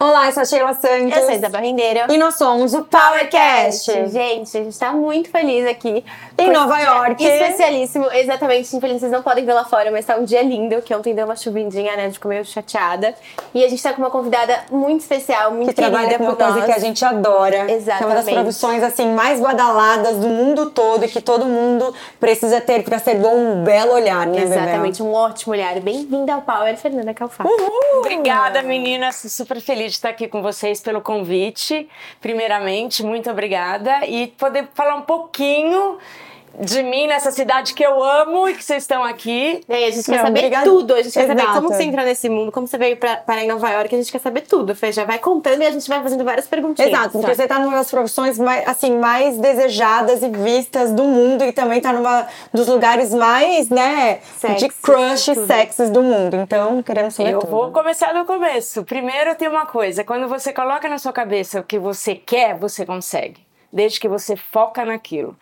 Olá, eu sou a Sheila Santos. Eu sou a Isa Barrendeira. E nós somos o PowerCast. Gente, a gente tá muito feliz aqui. Em Nova York. Especialíssimo, exatamente. Infelizmente, vocês não podem ver lá fora, mas tá um dia lindo, que ontem deu uma chuvinha, né? Ficou meio chateada. E a gente tá com uma convidada muito especial, muito que querida trabalha com uma por coisa nós. que a gente adora. Exatamente. Que é uma das profissões assim, mais badaladas do mundo todo e que todo mundo precisa ter pra ser bom, um belo olhar, né, Exatamente, Bebel? um ótimo olhar. Bem-vinda ao Power, Fernanda Calfá. Obrigada, meninas. Super feliz de estar aqui com vocês pelo convite. Primeiramente, muito obrigada. E poder falar um pouquinho de mim nessa cidade que eu amo e que vocês estão aqui. E aí, a gente quer saber tudo. A gente quer saber como você entrou nesse mundo, como você veio para em Nova York. A gente quer saber tudo. Fê, já vai contando e a gente vai fazendo várias perguntinhas. Exato, porque você tá numa das profissões mais, assim, mais desejadas e vistas do mundo e também tá numa dos lugares mais, né, Sexy, de crush tudo. sexys do mundo. Então, queremos saber Eu tudo. vou começar do começo. Primeiro tem uma coisa, quando você coloca na sua cabeça o que você quer, você consegue. Desde que você foca naquilo.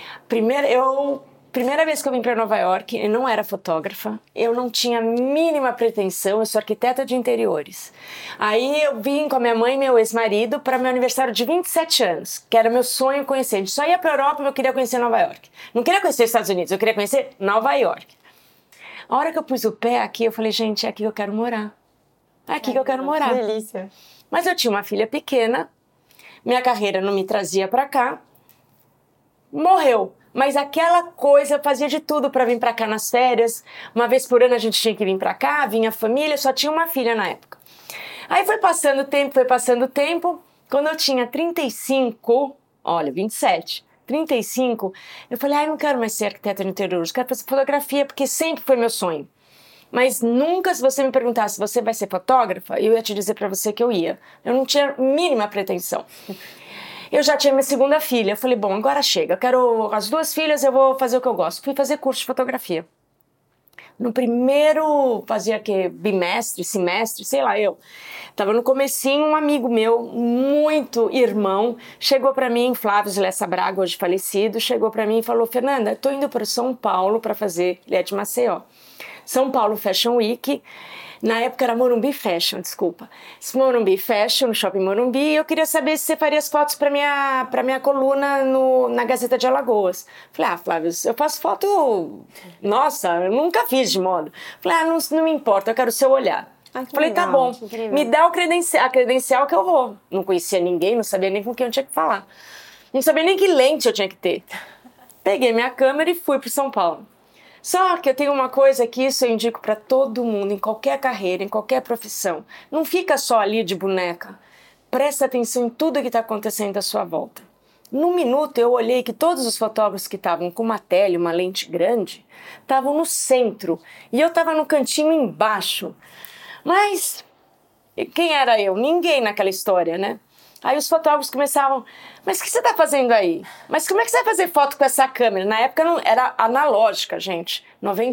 Primeira vez que eu vim para Nova York, eu não era fotógrafa, eu não tinha a mínima pretensão, eu sou arquiteta de interiores. Aí eu vim com a minha mãe e meu ex-marido para meu aniversário de 27 anos, que era meu sonho conhecer. A gente só ia para a Europa, eu queria conhecer Nova York. Não queria conhecer os Estados Unidos, eu queria conhecer Nova York. A hora que eu pus o pé aqui, eu falei, gente, é aqui que eu quero morar. É aqui que eu quero morar. Que delícia. Mas eu tinha uma filha pequena, minha carreira não me trazia para cá, morreu. Mas aquela coisa, eu fazia de tudo para vir para cá nas férias. Uma vez por ano a gente tinha que vir para cá, vinha a família, só tinha uma filha na época. Aí foi passando o tempo. Quando eu tinha 35, olha, 27, 35, eu falei, ai, não quero mais ser arquiteta de interiores, quero fazer fotografia, porque sempre foi meu sonho. Mas nunca, se você me perguntasse, você vai ser fotógrafa, eu ia te dizer para você que eu ia. Eu não tinha mínima pretensão. Eu já tinha minha segunda filha. Eu falei, bom, agora chega. Eu quero as duas filhas, eu vou fazer o que eu gosto. Fui fazer curso de fotografia. No primeiro, fazia que bimestre, semestre, sei lá, eu. Tava no comecinho, um amigo meu, muito irmão, chegou pra mim, Flávio Zilessa Braga, hoje falecido, chegou pra mim e falou, Fernanda, tô indo para São Paulo pra fazer, ele é de Maceió, São Paulo Fashion Week. Na época era Morumbi Fashion, desculpa. Morumbi Fashion, no Shopping Morumbi, e eu queria saber se você faria as fotos para minha coluna na Gazeta de Alagoas. Falei, Flávio, eu faço foto... Nossa, eu nunca fiz de moda. Falei, não me importa, eu quero o seu olhar. Falei, legal, tá bom, me dá a credencial que eu vou. Não conhecia ninguém, não sabia nem com quem eu tinha que falar. Não sabia nem que lente eu tinha que ter. Peguei minha câmera e fui para São Paulo. Só que eu tenho uma coisa que isso eu indico para todo mundo, em qualquer carreira, em qualquer profissão. Não fica só ali de boneca. Presta atenção em tudo que está acontecendo à sua volta. Num minuto eu olhei que todos os fotógrafos que estavam com uma tele, uma lente grande, estavam no centro e eu estava no cantinho embaixo. Mas quem era eu? Ninguém naquela história, né? Aí os fotógrafos começavam, mas o que você está fazendo aí? Mas como é que você vai fazer foto com essa câmera? Na época não era analógica, gente.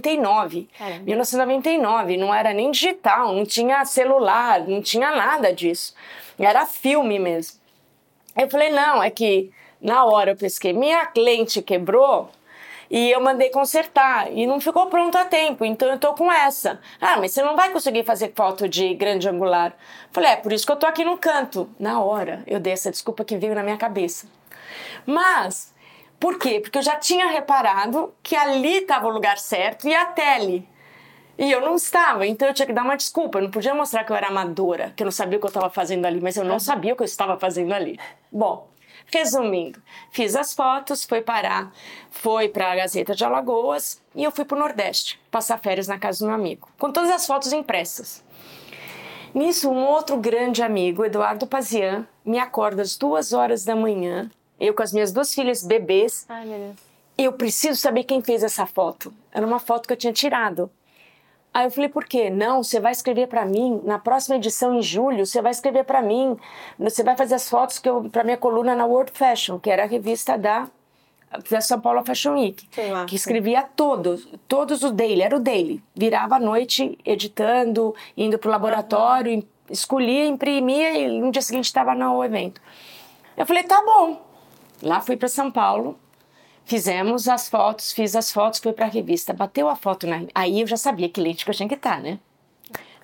1999, não era nem digital, não tinha celular, não tinha nada disso. Era filme mesmo. Eu falei, não, é que na hora eu pesquei, minha lente quebrou e eu mandei consertar e não ficou pronto a tempo, então eu tô com essa. Mas você não vai conseguir fazer foto de grande angular. Falei, por isso que eu tô aqui no canto. Na hora, eu dei essa desculpa que veio na minha cabeça. Mas, por quê? Porque eu já tinha reparado que ali estava o lugar certo e a tele. E eu não estava, então eu tinha que dar uma desculpa. Eu não podia mostrar que eu era amadora, que eu não sabia o que eu estava fazendo ali, mas eu não sabia o que eu estava fazendo ali. Bom, resumindo, fiz as fotos, foi para a Gazeta de Alagoas e eu fui para o Nordeste, passar férias na casa do meu amigo, com todas as fotos impressas. Nisso, um outro grande amigo, Eduardo Pazian, me acorda às 2h da manhã, eu com as minhas duas filhas bebês. Ai, meu Deus. Eu preciso saber quem fez essa foto. Era uma foto que eu tinha tirado. Aí eu falei, por quê? Não, você vai escrever para mim, na próxima edição em julho, você vai escrever para mim, você vai fazer as fotos para minha coluna na World Fashion, que era a revista da São Paulo Fashion Week, que escrevia todos o daily, era o daily. Virava à noite editando, indo pro laboratório, escolhia, imprimia e no dia seguinte estava no evento. Eu falei, tá bom. Lá fui para São Paulo. Fizemos as fotos, fiz as fotos, fui pra revista, bateu a foto aí eu já sabia que lente que eu tinha que estar, né?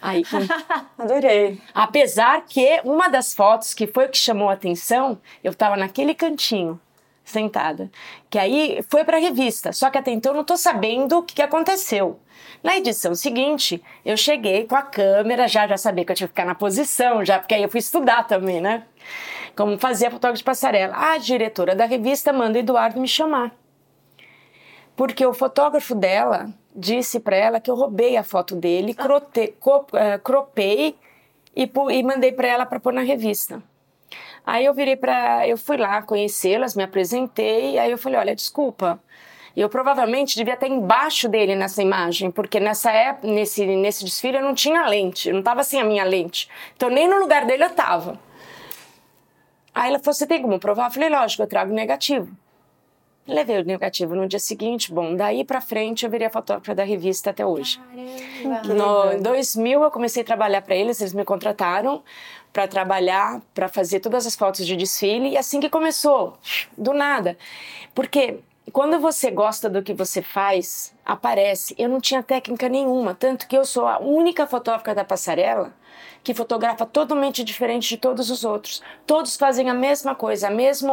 Aí, Adorei. apesar que uma das fotos que foi o que chamou a atenção, eu estava naquele cantinho, sentada. Que aí foi para a revista, só que até então eu não estou sabendo o que aconteceu. Na edição seguinte, eu cheguei com a câmera, já sabia que eu tinha que ficar na posição, já, porque aí eu fui estudar também, né? Como fazia fotógrafo de passarela. A diretora da revista manda o Eduardo me chamar. Porque o fotógrafo dela disse para ela que eu roubei a foto dele, cropei e mandei para ela para pôr na revista. Aí eu fui lá conhecê-las, me apresentei, aí eu falei, olha, desculpa, eu provavelmente devia estar embaixo dele nessa imagem, porque nessa época, nesse desfile eu não tinha lente, eu não estava sem a minha lente, então nem no lugar dele eu estava. Aí ela falou, você tem como provar? Eu falei, lógico, eu trago negativo. Levei o negativo no dia seguinte, bom, daí pra frente eu virei a fotógrafa da revista até hoje. Em 2000 eu comecei a trabalhar para eles me contrataram para trabalhar, para fazer todas as fotos de desfile, e assim que começou, do nada. Porque quando você gosta do que você faz, aparece. Eu não tinha técnica nenhuma, tanto que eu sou a única fotógrafa da passarela que fotografa totalmente diferente de todos os outros. Todos fazem a mesma coisa,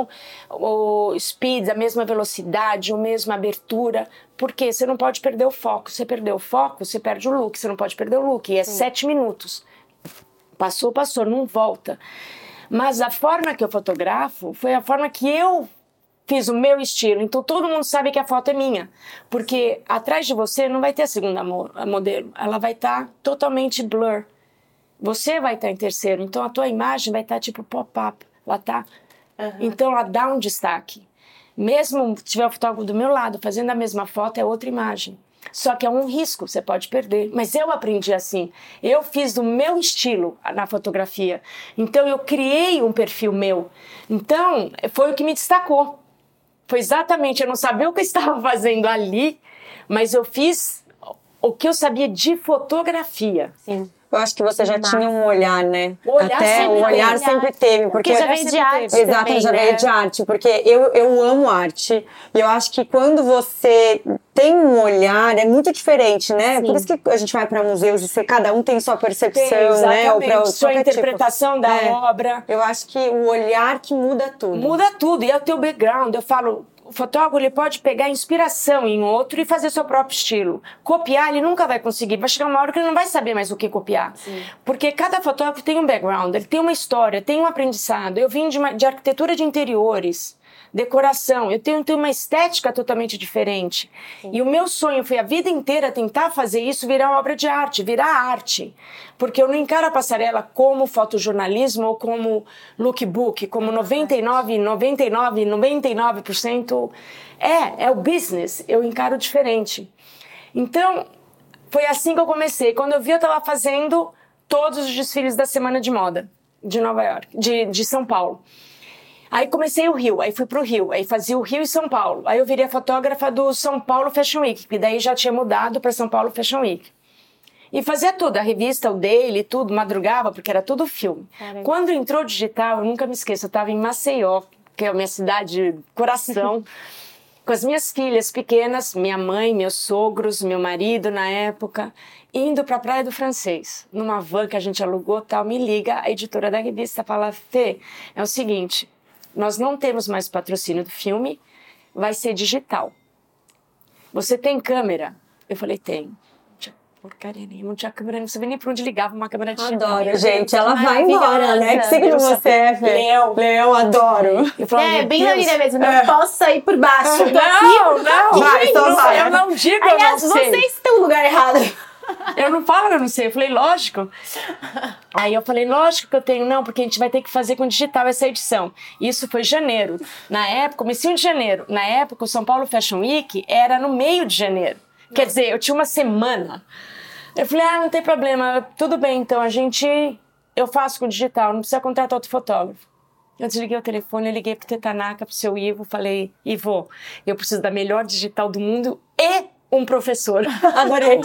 o speed, a mesma velocidade, a mesma abertura, porque você não pode perder o foco. Se você perder o foco, você perde o look, você não pode perder o look, e é 7 minutos. Passou, não volta. Mas a forma que eu fotografo foi a forma que eu fiz o meu estilo, então todo mundo sabe que a foto é minha, porque atrás de você não vai ter a segunda modelo, ela vai estar totalmente blur. Você vai estar em terceiro, então a tua imagem vai estar tipo pop-up, ela tá. Então ela dá um destaque. Mesmo se tiver o fotógrafo do meu lado fazendo a mesma foto, é outra imagem. Só que é um risco, você pode perder. Mas eu aprendi assim. Eu fiz do meu estilo na fotografia. Então eu criei um perfil meu. Então foi o que me destacou. Foi exatamente, eu não sabia o que eu estava fazendo ali, mas eu fiz o que eu sabia de fotografia. Sim. Eu acho que você já tinha um olhar, né? Até o olhar sempre teve. Porque já veio de arte. Exato, também, já né? veio de arte. Porque eu amo arte. E eu acho que quando você tem um olhar, é muito diferente, né? Sim. Por isso que a gente vai para museus e cada um tem sua percepção, exatamente, né? Ou pra sua qualquer interpretação da obra. Eu acho que o olhar que muda tudo. Muda tudo, e é o teu background. Eu falo, o fotógrafo ele pode pegar inspiração em outro e fazer seu próprio estilo. Copiar, ele nunca vai conseguir. Vai chegar uma hora que ele não vai saber mais o que copiar. Sim. Porque cada fotógrafo tem um background, ele tem uma história, tem um aprendizado. Eu vim de arquitetura de interiores, decoração. Eu tenho uma estética totalmente diferente. Sim. E o meu sonho foi a vida inteira tentar fazer isso virar obra de arte, virar arte. Porque eu não encaro a passarela como fotojornalismo ou como lookbook, como 99% é o business. Eu encaro diferente. Então, foi assim que eu comecei. Quando eu vi, eu estava fazendo todos os desfiles da Semana de Moda de Nova York, de São Paulo. Aí comecei o Rio, aí fui pro Rio, aí fazia o Rio e São Paulo. Aí eu virei a fotógrafa do São Paulo Fashion Week, que daí já tinha mudado para São Paulo Fashion Week. E fazia tudo, a revista, o Daily, tudo, madrugava, porque era tudo filme. Caramba. Quando entrou digital, eu nunca me esqueço, eu estava em Maceió, que é a minha cidade, coração, com as minhas filhas pequenas, minha mãe, meus sogros, meu marido na época, indo para a Praia do Francês, numa van que a gente alugou, tal, me liga, a editora da revista fala, Fê, é o seguinte, nós não temos mais patrocínio do filme, vai ser digital. Você tem câmera? Eu falei, tenho. Porcaria nenhuma, não tinha câmera, não sabia nem pra onde ligava uma câmera digital. Adoro, gente, ela vai embora, né? Que signo você é, Fê? Leão, adoro. Bem na linha mesmo, não posso sair por baixo. Não, vai, então vai. Eu não digo, aliás, eu não sei. vocês estão no lugar errado. Eu não falo, eu não sei. Eu falei, lógico. Aí eu falei, lógico que eu tenho. Não, porque a gente vai ter que fazer com digital essa edição. Isso foi janeiro. Na época, comecinho de janeiro. Na época, o São Paulo Fashion Week era no meio de janeiro. Quer dizer, eu tinha uma semana. Eu falei, não tem problema. Tudo bem, então, eu faço com digital. Não precisa contratar outro fotógrafo. Eu desliguei o telefone, eu liguei pro Tetanaka, pro seu Ivo. Falei, Ivo, eu preciso da melhor digital do mundo e um professor. Adorei.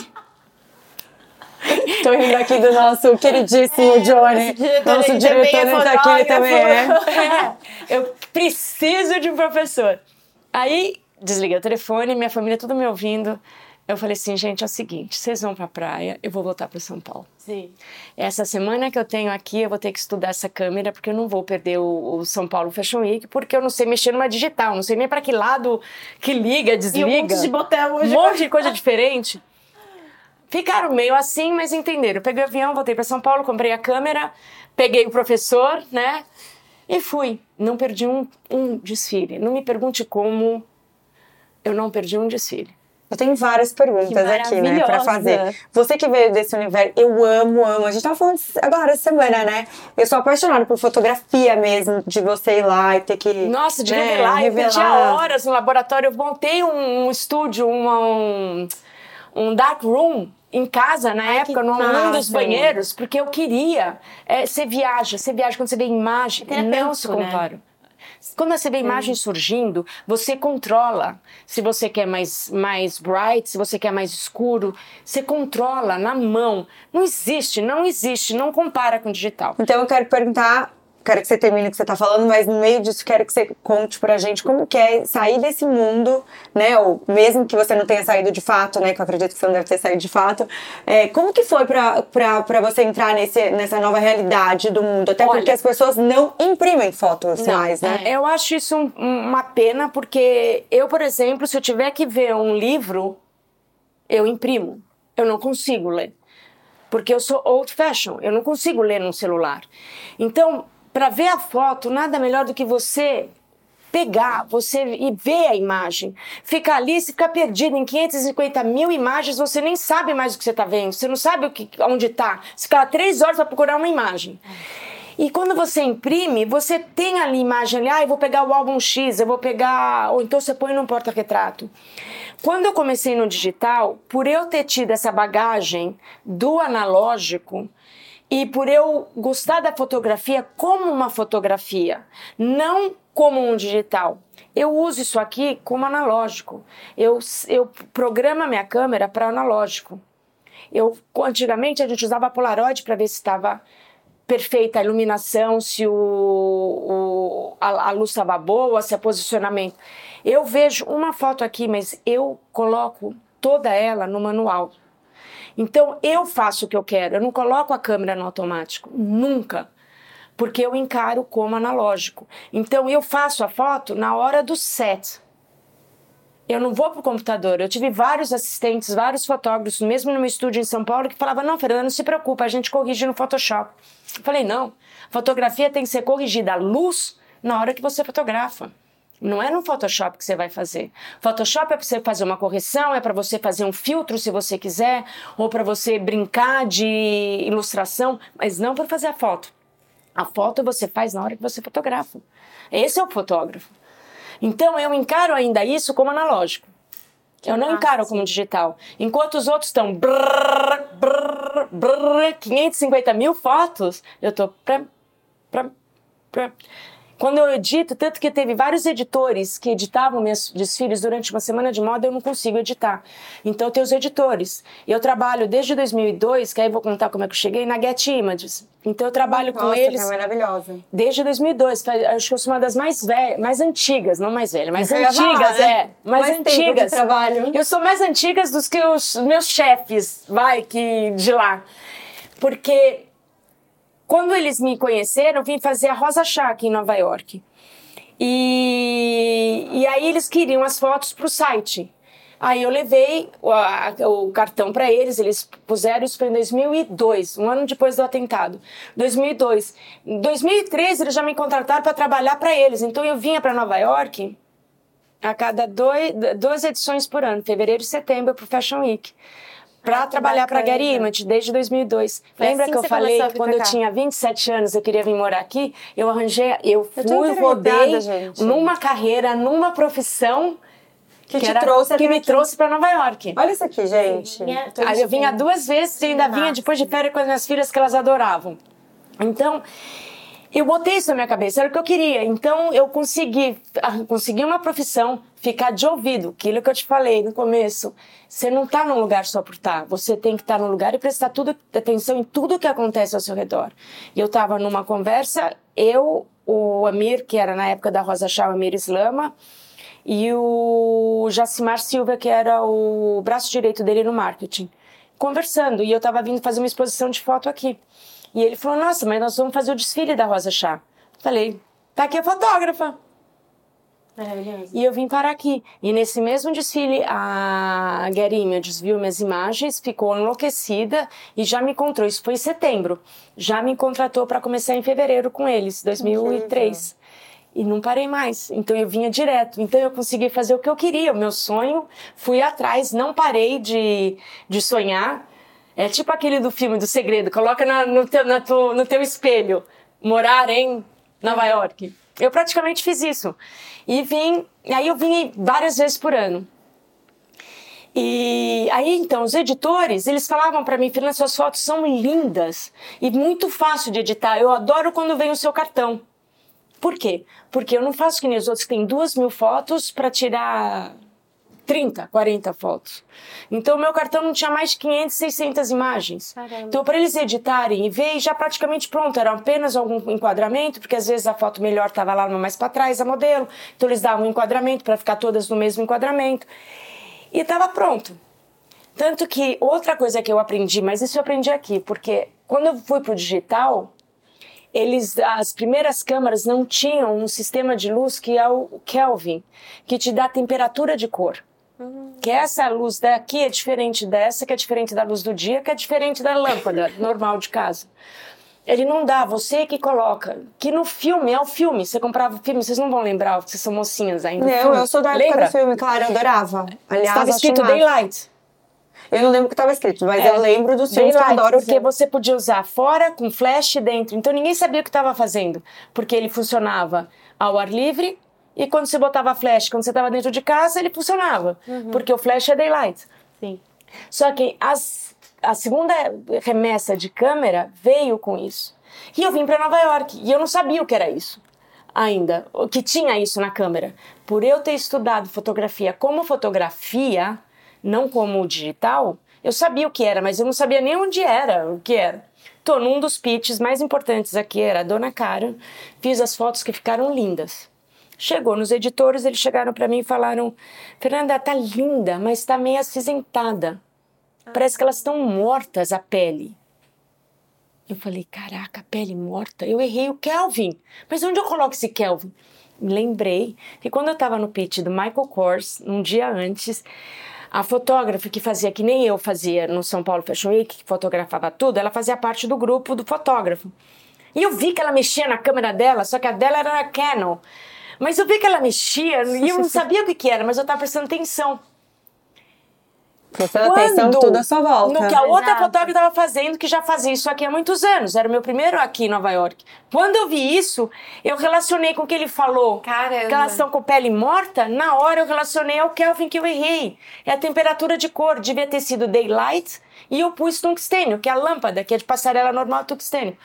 Tô rindo aqui do nosso queridíssimo Johnny. Nosso diretor tá aqui, ele também é. Eu preciso de um professor. Aí, desliguei o telefone, minha família tudo me ouvindo. Eu falei assim, gente, é o seguinte, vocês vão pra praia, eu vou voltar para São Paulo. Sim. Essa semana que eu tenho aqui, eu vou ter que estudar essa câmera, porque eu não vou perder o São Paulo Fashion Week, porque eu não sei mexer numa digital, não sei nem para que lado que liga, desliga. E um monte de botão hoje. Um monte de coisa diferente. Ficaram meio assim, mas entenderam. Eu peguei o avião, voltei para São Paulo, comprei a câmera, peguei o professor, né? E fui. Não perdi um desfile. Não me pergunte como eu não perdi um desfile. Eu tenho várias perguntas aqui, né, pra fazer. Você que veio desse universo, eu amo. A gente tava falando agora essa semana, né? Eu sou apaixonada por fotografia mesmo, de você ir lá e ter que. Nossa, de revelar. Eu perdia horas no laboratório. Eu montei um estúdio, um dark room em casa, na época, num dos banheiros, porque eu queria. Você viaja quando você vê imagem, não se compara. Né? Quando você vê a imagem surgindo, você controla. Se você quer mais bright, se você quer mais escuro, você controla na mão. Não existe, não compara com o digital. Então eu quero perguntar, quero que você termine o que você tá falando, mas no meio disso quero que você conte pra gente como que é sair desse mundo, né, ou mesmo que você não tenha saído de fato, né, que eu acredito que você não deve ter saído de fato, como que foi pra você entrar nessa nova realidade do mundo? Até porque as pessoas não imprimem fotos mais, né? Eu acho isso uma pena, porque eu, por exemplo, se eu tiver que ver um livro, eu imprimo. Eu não consigo ler. Porque eu sou old fashion, eu não consigo ler num celular. Então, para ver a foto, nada melhor do que você pegar, e ver a imagem. Ficar ali, se ficar perdido em 550 mil imagens, você nem sabe mais o que você está vendo. Você não sabe onde está. Você fica 3 horas para procurar uma imagem. E quando você imprime, você tem ali imagem ali, eu vou pegar o álbum X, eu vou pegar... Ou então você põe num porta-retrato. Quando eu comecei no digital, por eu ter tido essa bagagem do analógico, e por eu gostar da fotografia como uma fotografia, não como um digital. Eu uso isso aqui como analógico. Eu programo a minha câmera para analógico. Antigamente a gente usava Polaroid para ver se estava perfeita a iluminação, se a luz estava boa, se o posicionamento. Eu vejo uma foto aqui, mas eu coloco toda ela no manual. Então, eu faço o que eu quero. Eu não coloco a câmera no automático. Nunca. Porque eu encaro como analógico. Então, eu faço a foto na hora do set. Eu não vou pro computador. Eu tive vários assistentes, vários fotógrafos, mesmo no meu estúdio em São Paulo, que falavam, não, Fernanda, não se preocupa, a gente corrige no Photoshop. Eu falei, não. Fotografia tem que ser corrigida a luz na hora que você fotografa. Não é no Photoshop que você vai fazer. Photoshop é para você fazer uma correção, é para você fazer um filtro se você quiser, ou para você brincar de ilustração, mas não para fazer a foto. A foto você faz na hora que você fotografa. Esse é o fotógrafo. Então eu encaro ainda isso como analógico. Eu não encaro como digital. Enquanto os outros estão 550 mil fotos, eu tô Quando eu edito, tanto que teve vários editores que editavam meus desfiles durante uma semana de moda, eu não consigo editar. Então, eu tenho os editores. Eu trabalho desde 2002, que aí eu vou contar como é que eu cheguei, na Get Images. Então, eu trabalho com eles... Nossa, maravilhosa. Desde 2002. Acho que eu sou uma das mais velhas, mais antigas, não mais velha, mais antigas, mais antigas. De trabalho. Eu sou mais antigas dos que os meus chefes, de lá. Porque... Quando eles me conheceram, eu vim fazer a Rosa Chá aqui em Nova York. E aí eles queriam as fotos para o site. Aí eu levei o cartão para eles puseram isso em 2002, um ano depois do atentado. 2002. Em 2013 eles já me contrataram para trabalhar para eles. Então eu vinha para Nova York a cada 2 edições por ano, fevereiro e setembro, para o Fashion Week. Para trabalhar para a Getty Images desde 2002. Lembra assim que eu falei que quando eu tinha 27 anos eu queria vir morar aqui? Eu rodei numa carreira, numa profissão que me trouxe para Nova York. Olha isso aqui, gente. Aí eu vinha 2 vezes e ainda vinha depois de férias com as minhas filhas que elas adoravam. Então... eu botei isso na minha cabeça, era o que eu queria. Então, eu consegui uma profissão, ficar de ouvido. Aquilo que eu te falei no começo. Você não está num lugar só por estar. Você tem que estar num lugar e prestar atenção em tudo que acontece ao seu redor. E eu estava numa conversa, o Amir, que era na época da Rosa Chá, o Amir Islama, e o Jacimar Silva, que era o braço direito dele no marketing, conversando. E eu tava vindo fazer uma exposição de foto aqui. E ele falou, nossa, mas nós vamos fazer o desfile da Rosa Chá. Falei, tá aqui a fotógrafa. Maravilhoso. E eu vim parar aqui. E nesse mesmo desfile, a Gary Images viu minhas imagens, ficou enlouquecida e já me encontrou. Isso foi em setembro. Já me contratou para começar em fevereiro com eles, 2003. E não parei mais. Então eu vinha direto. Então eu consegui fazer o que eu queria, o meu sonho. Fui atrás, não parei de sonhar. É tipo aquele do filme do Segredo. Coloca no teu espelho. Morar em Nova York. Eu praticamente fiz isso. E aí eu vim várias vezes por ano. E aí, então, os editores, eles falavam pra mim, Fernanda, suas fotos são lindas e muito fácil de editar. Eu adoro quando vem o seu cartão. Por quê? Porque eu não faço que nem os outros que têm 2.000 fotos pra tirar 30, 40 fotos. Então, o meu cartão não tinha mais de 500, 600 imagens. Caramba. Então, para eles editarem e ver, já praticamente pronto, era apenas algum enquadramento, porque às vezes a foto melhor estava lá mais para trás, a modelo. Então, eles davam um enquadramento para ficar todas no mesmo enquadramento. E estava pronto. Tanto que, outra coisa que eu aprendi, mas isso eu aprendi aqui, porque quando eu fui para o digital, as primeiras câmeras não tinham um sistema de luz que é o Kelvin, que te dá temperatura de cor. Que essa luz daqui é diferente dessa, que é diferente da luz do dia, que é diferente da lâmpada normal de casa. Ele não dá, você que coloca. Que no filme, é o filme. Você comprava o filme, vocês não vão lembrar, vocês são mocinhas ainda. Não, eu sou da época do filme, claro, eu adorava. Aliás, estava escrito Daylight. Eu não lembro o que estava escrito, mas eu lembro dos filmes que eu adoro. Porque você podia usar fora, com flash dentro. Então ninguém sabia o que estava fazendo. Porque ele funcionava ao ar livre. E quando você botava flash, quando você estava dentro de casa, ele funcionava. Porque o flash é daylight. Sim. Só que a segunda remessa de câmera veio com isso. E eu vim para Nova York. E eu não sabia o que era isso ainda. O que tinha isso na câmera. Por eu ter estudado fotografia como fotografia, não como digital, eu sabia o que era, mas eu não sabia nem onde era, o que era. Tô num dos pitches mais importantes aqui, era a Dona Cara. Fiz as fotos que ficaram lindas. Chegou nos editores, eles chegaram pra mim e falaram, Fernanda, tá linda, mas tá meio acinzentada. Parece que elas estão mortas, a pele. Eu falei, caraca, pele morta? Eu errei o Kelvin. Mas onde eu coloco esse Kelvin? Me lembrei que quando eu tava no pitch do Michael Kors, um dia antes, a fotógrafa que fazia, que nem eu fazia no São Paulo Fashion Week, que fotografava tudo, ela fazia parte do grupo do fotógrafo. E eu vi que ela mexia na câmera dela, só que a dela era a Canon. Mas eu vi que ela mexia e eu não sabia o que era, mas eu estava prestando atenção. Prestando atenção em tudo à sua volta. No que a outra fotógrafa estava fazendo, que já fazia isso aqui há muitos anos. Era o meu primeiro aqui em Nova York. Quando eu vi isso, eu relacionei com o que ele falou. Caramba. Que elas estão com pele morta. Na hora eu relacionei ao Kelvin que eu errei. É a temperatura de cor. Devia ter sido daylight. E eu pus tungstênio, que é a lâmpada, que é de passarela normal, tungstênio.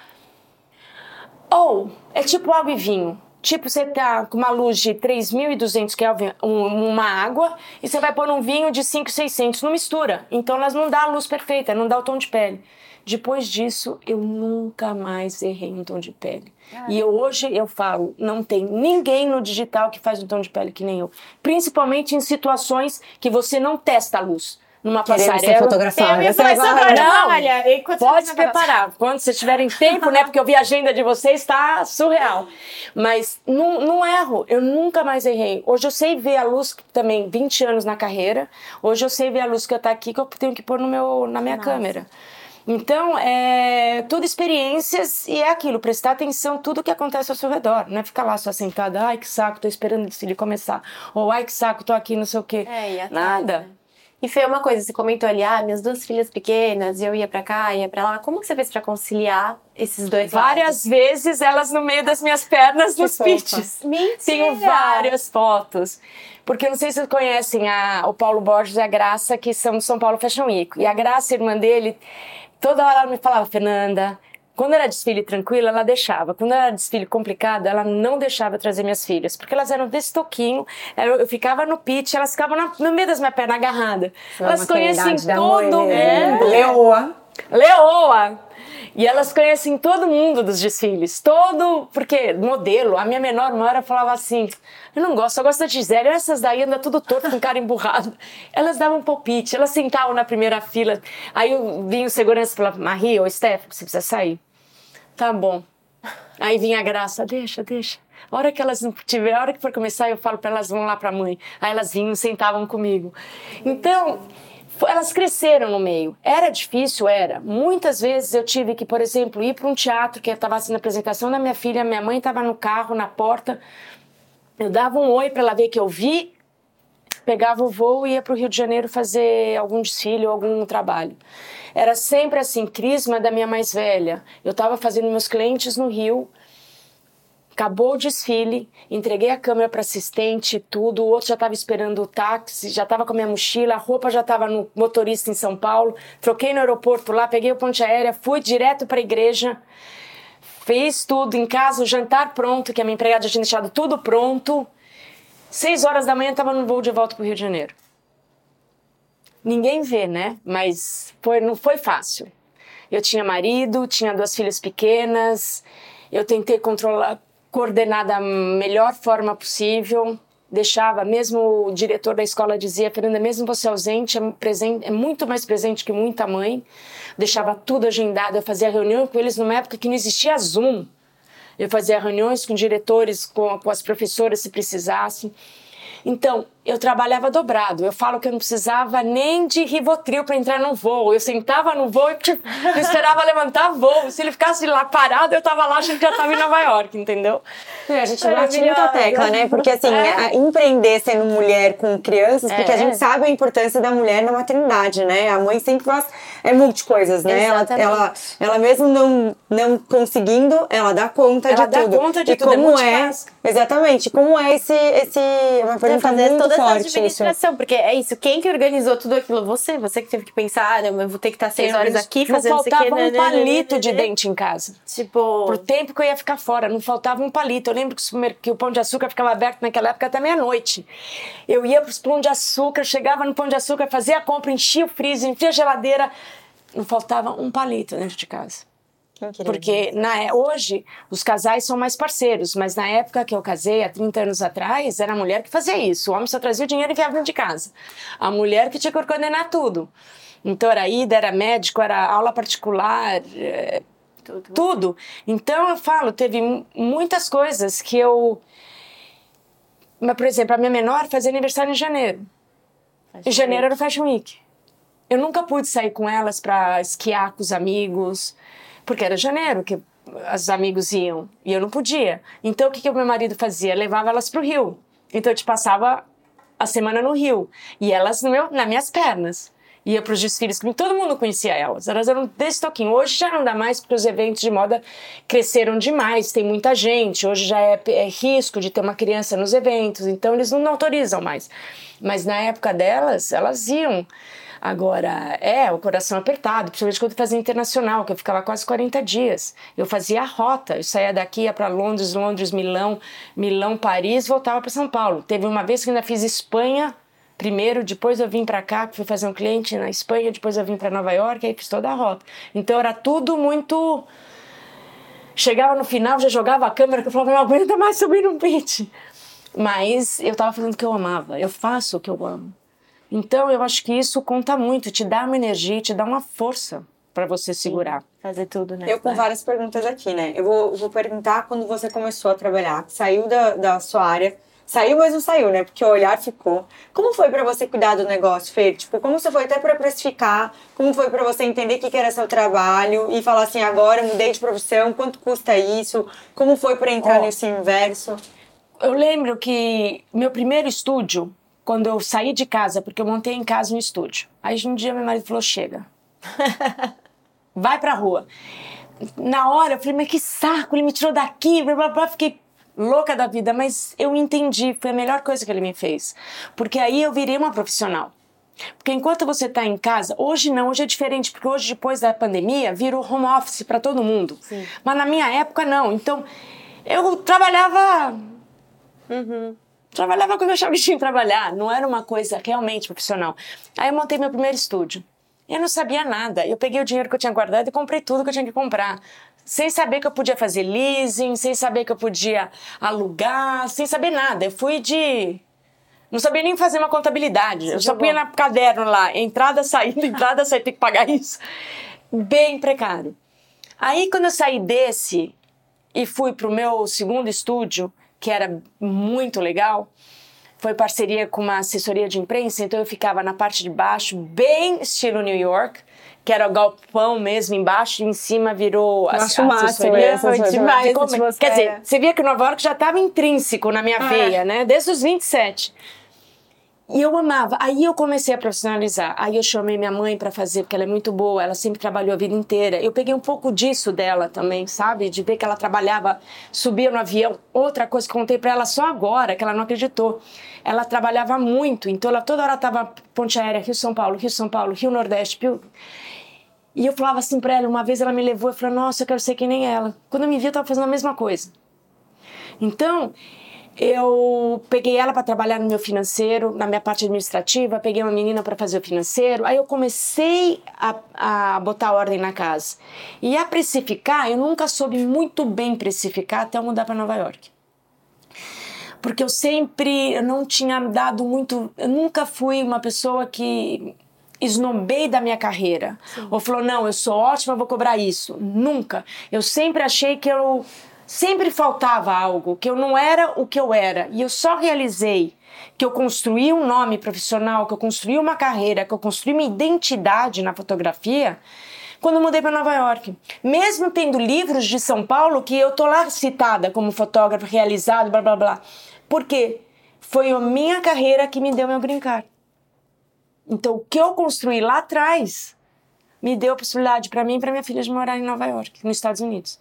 Ou, é tipo água e vinho. Tipo, você tá com uma luz de 3.200 Kelvin, uma água, e você vai pôr um vinho de 5.600, não mistura. Então, elas não dão a luz perfeita, não dá o tom de pele. Depois disso, eu nunca mais errei um tom de pele. E hoje eu falo, não tem ninguém no digital que faz um tom de pele que nem eu. Principalmente em situações que você não testa a luz. Numa passarela. Ser fotografada. Eu ia falar isso agora. Não, Olha, pode se preparar. Quando vocês tiverem tempo, né? Porque eu vi a agenda de vocês, tá surreal. Mas não erro. Eu nunca mais errei. Hoje eu sei ver a luz, também 20 anos na carreira. Hoje eu sei ver a luz que eu tá aqui, que eu tenho que pôr na minha câmera. Então, é tudo experiências e é aquilo, prestar atenção em tudo que acontece ao seu redor. Não é ficar lá só sentada, ai que saco, tô esperando ele começar. Ou ai que saco, tô aqui, não sei o quê. Nada. E Fê, uma coisa, você comentou ali, minhas 2 filhas pequenas, eu ia pra cá, ia pra lá. Como que você fez pra conciliar esses dois Várias vezes, elas no meio das minhas pernas nos pitches. Mentira! Tenho várias fotos. Porque eu não sei se vocês conhecem o Paulo Borges e a Graça, que são do São Paulo Fashion Week. E a Graça, irmã dele, toda hora ela me falava, Fernanda, quando era desfile tranquilo, ela deixava. Quando era desfile complicado, ela não deixava eu trazer minhas filhas. Porque elas eram desse toquinho, eu ficava no pitch, elas ficavam no meio das minhas pernas agarradas. Elas conhecem todo mundo. Leoa. E elas conhecem todo mundo dos desfiles, porque modelo, a minha menor uma hora falava assim, eu não gosto, eu gosto da Gisele, essas daí andam tudo torto com cara emburrado. Elas davam palpite, elas sentavam na primeira fila, aí vinha o segurança e falava, Marie ou Steph, você precisa sair. Tá bom. Aí vinha a Graça, deixa. A hora que elas não tiver, a hora que for começar, eu falo para elas, vão lá pra mãe. Aí elas vinham, sentavam comigo. Então, elas cresceram no meio. Era difícil? Era. Muitas vezes eu tive que, por exemplo, ir para um teatro que estava sendo a apresentação da minha filha, minha mãe estava no carro, na porta, eu dava um oi para ela ver que eu vi, pegava o voo e ia para o Rio de Janeiro fazer algum desfile ou algum trabalho. Era sempre assim, crisma da minha mais velha. Eu estava fazendo meus clientes no Rio, acabou o desfile, entreguei a câmera para assistente, tudo, o outro já estava esperando o táxi, já estava com a minha mochila, a roupa já estava no motorista em São Paulo, troquei no aeroporto lá, peguei o ponte aérea, fui direto para a igreja, fiz tudo em casa, o jantar pronto, que a minha empregada já tinha deixado tudo pronto. 6 horas da manhã estava no voo de volta para o Rio de Janeiro. Ninguém vê, né? Mas não foi fácil. Eu tinha marido, tinha 2 filhas pequenas, eu tentei coordenar da melhor forma possível, deixava, mesmo o diretor da escola dizia, Fernanda, mesmo você ausente, é muito mais presente que muita mãe, deixava tudo agendado, eu fazia reunião com eles numa época que não existia Zoom, eu fazia reuniões com diretores, com as professoras se precisasse. Então, eu trabalhava dobrado. Eu falo que eu não precisava nem de Rivotril para entrar no voo. Eu sentava no voo e eu esperava levantar voo. Se ele ficasse lá parado, eu estava lá, a gente já estava em Nova York, entendeu? A gente bate muita tecla, né? Porque assim, empreender sendo mulher com crianças, porque a gente sabe a importância da mulher na maternidade, né? A mãe sempre faz multi-coisas, né? Ela mesmo não conseguindo, ela dá conta de tudo. Ela dá conta de tudo, como exatamente, como é uma pergunta fazer muito toda forte essa administração, isso. Porque é isso, quem que organizou tudo aquilo? Você que teve que pensar, eu vou ter que estar 6 horas aqui fazendo isso aqui. Não faltava um palito de dente em casa. Tipo... Pro tempo que eu ia ficar fora, não faltava um palito. Eu lembro que o Pão de Açúcar ficava aberto naquela época até meia-noite. Eu ia pros Pão de Açúcar, chegava no Pão de Açúcar, fazia a compra, enchia o freezer, enchia a geladeira. Não faltava um palito dentro de casa. Porque hoje os casais são mais parceiros, mas na época que eu casei, há 30 anos atrás, era a mulher que fazia isso. O homem só trazia o dinheiro e enfiava dentro de casa. A mulher que tinha que coordenar tudo. Então era ida, era médico, era aula particular, tudo. Então eu falo, teve muitas coisas que eu... Mas, por exemplo, a minha menor fazia aniversário em janeiro. Em janeiro era o Fashion Week. Eu nunca pude sair com elas para esquiar com os amigos... Porque era janeiro que os amigos iam e eu não podia. Então o que o meu marido fazia? Levava elas pro Rio. Então eu te passava a semana no Rio. E elas nas minhas pernas. Ia pros desfiles, todo mundo conhecia elas. Elas eram desse toquinho. Hoje já não dá mais porque os eventos de moda cresceram demais. Tem muita gente. Hoje já é risco de ter uma criança nos eventos. Então eles não autorizam mais. Mas na época delas, elas iam... Agora, o coração apertado, principalmente quando eu fazia internacional, que eu ficava quase 40 dias. Eu fazia a rota, eu saía daqui, ia para Londres, Milão, Paris, voltava para São Paulo. Teve uma vez que ainda fiz Espanha primeiro, depois eu vim para cá, que fui fazer um cliente na Espanha, depois eu vim para Nova York, aí fiz toda a rota. Então era tudo muito... Chegava no final, já jogava a câmera, que eu falava, não aguenta mais subir no pitch. Mas eu estava fazendo o que eu amava, eu faço o que eu amo. Então, eu acho que isso conta muito, te dá uma energia, te dá uma força para você segurar. Sim, fazer tudo, né? Eu com várias perguntas aqui, né? Eu vou perguntar quando você começou a trabalhar, saiu da sua área, saiu, mas não saiu, né? Porque o olhar ficou. Como foi para você cuidar do negócio, Fê? Tipo, como você foi até para precificar? Como foi para você entender o que era seu trabalho e falar assim, agora mudei de profissão, quanto custa isso? Como foi para entrar nesse universo? Eu lembro que meu primeiro estúdio, quando eu saí de casa, porque eu montei em casa um estúdio. Aí um dia meu marido falou, chega. Vai pra rua. Na hora eu falei, mas que saco, ele me tirou daqui, blá, blá, blá. Fiquei louca da vida, mas eu entendi, foi a melhor coisa que ele me fez. Porque aí eu virei uma profissional. Porque enquanto você tá em casa, hoje não, hoje é diferente, porque hoje depois da pandemia virou home office pra todo mundo. Sim. Mas na minha época não, então eu trabalhava... Trabalhava quando eu achava que tinha que trabalhar, não era uma coisa realmente profissional. Aí eu montei meu primeiro estúdio. Eu não sabia nada. Eu peguei o dinheiro que eu tinha guardado e comprei tudo que eu tinha que comprar. Sem saber que eu podia fazer leasing, sem saber que eu podia alugar, sem saber nada. Eu fui de... Não sabia nem fazer uma contabilidade. Eu só punha no caderno lá, entrada, saída, tem que pagar isso. Bem precário. Aí, quando eu saí desse e fui pro meu segundo estúdio, que era muito legal, foi parceria com uma assessoria de imprensa, então eu ficava na parte de baixo, bem estilo New York, que era o galpão mesmo embaixo, e em cima virou a assessoria. Foi demais. Quer dizer, você via que Nova York já estava intrínseco na minha veia, né? Desde os 27. E eu amava. Aí eu comecei a profissionalizar. Aí eu chamei minha mãe pra fazer, porque ela é muito boa, ela sempre trabalhou a vida inteira. Eu peguei um pouco disso dela também, sabe? De ver que ela trabalhava, subia no avião. Outra coisa que eu contei pra ela só agora, que ela não acreditou. Ela trabalhava muito, então ela toda hora tava ponte aérea, Rio-São Paulo, Rio-São Paulo, Rio-Nordeste, E eu falava assim pra ela, uma vez ela me levou e falou, nossa, eu quero ser que nem ela. Quando eu me vi, eu tava fazendo a mesma coisa. Então... eu peguei ela para trabalhar no meu financeiro, na minha parte administrativa, peguei uma menina para fazer o financeiro, aí eu comecei a botar ordem na casa. E a precificar, eu nunca soube muito bem precificar até eu mudar para Nova York. Porque eu não tinha dado muito, eu nunca fui uma pessoa que esnobei da minha carreira. Sim. Ou falou, não, eu sou ótima, eu vou cobrar isso. Nunca. Eu sempre achei que sempre faltava algo, que eu não era o que eu era. E eu só realizei que eu construí um nome profissional, que eu construí uma carreira, que eu construí uma identidade na fotografia quando eu mudei para Nova York. Mesmo tendo livros de São Paulo, que eu tô lá citada como fotógrafa realizado, blá, blá, blá. Porque foi a minha carreira que me deu meu green card. Então, o que eu construí lá atrás me deu a possibilidade para mim e para minha filha de morar em Nova York, nos Estados Unidos.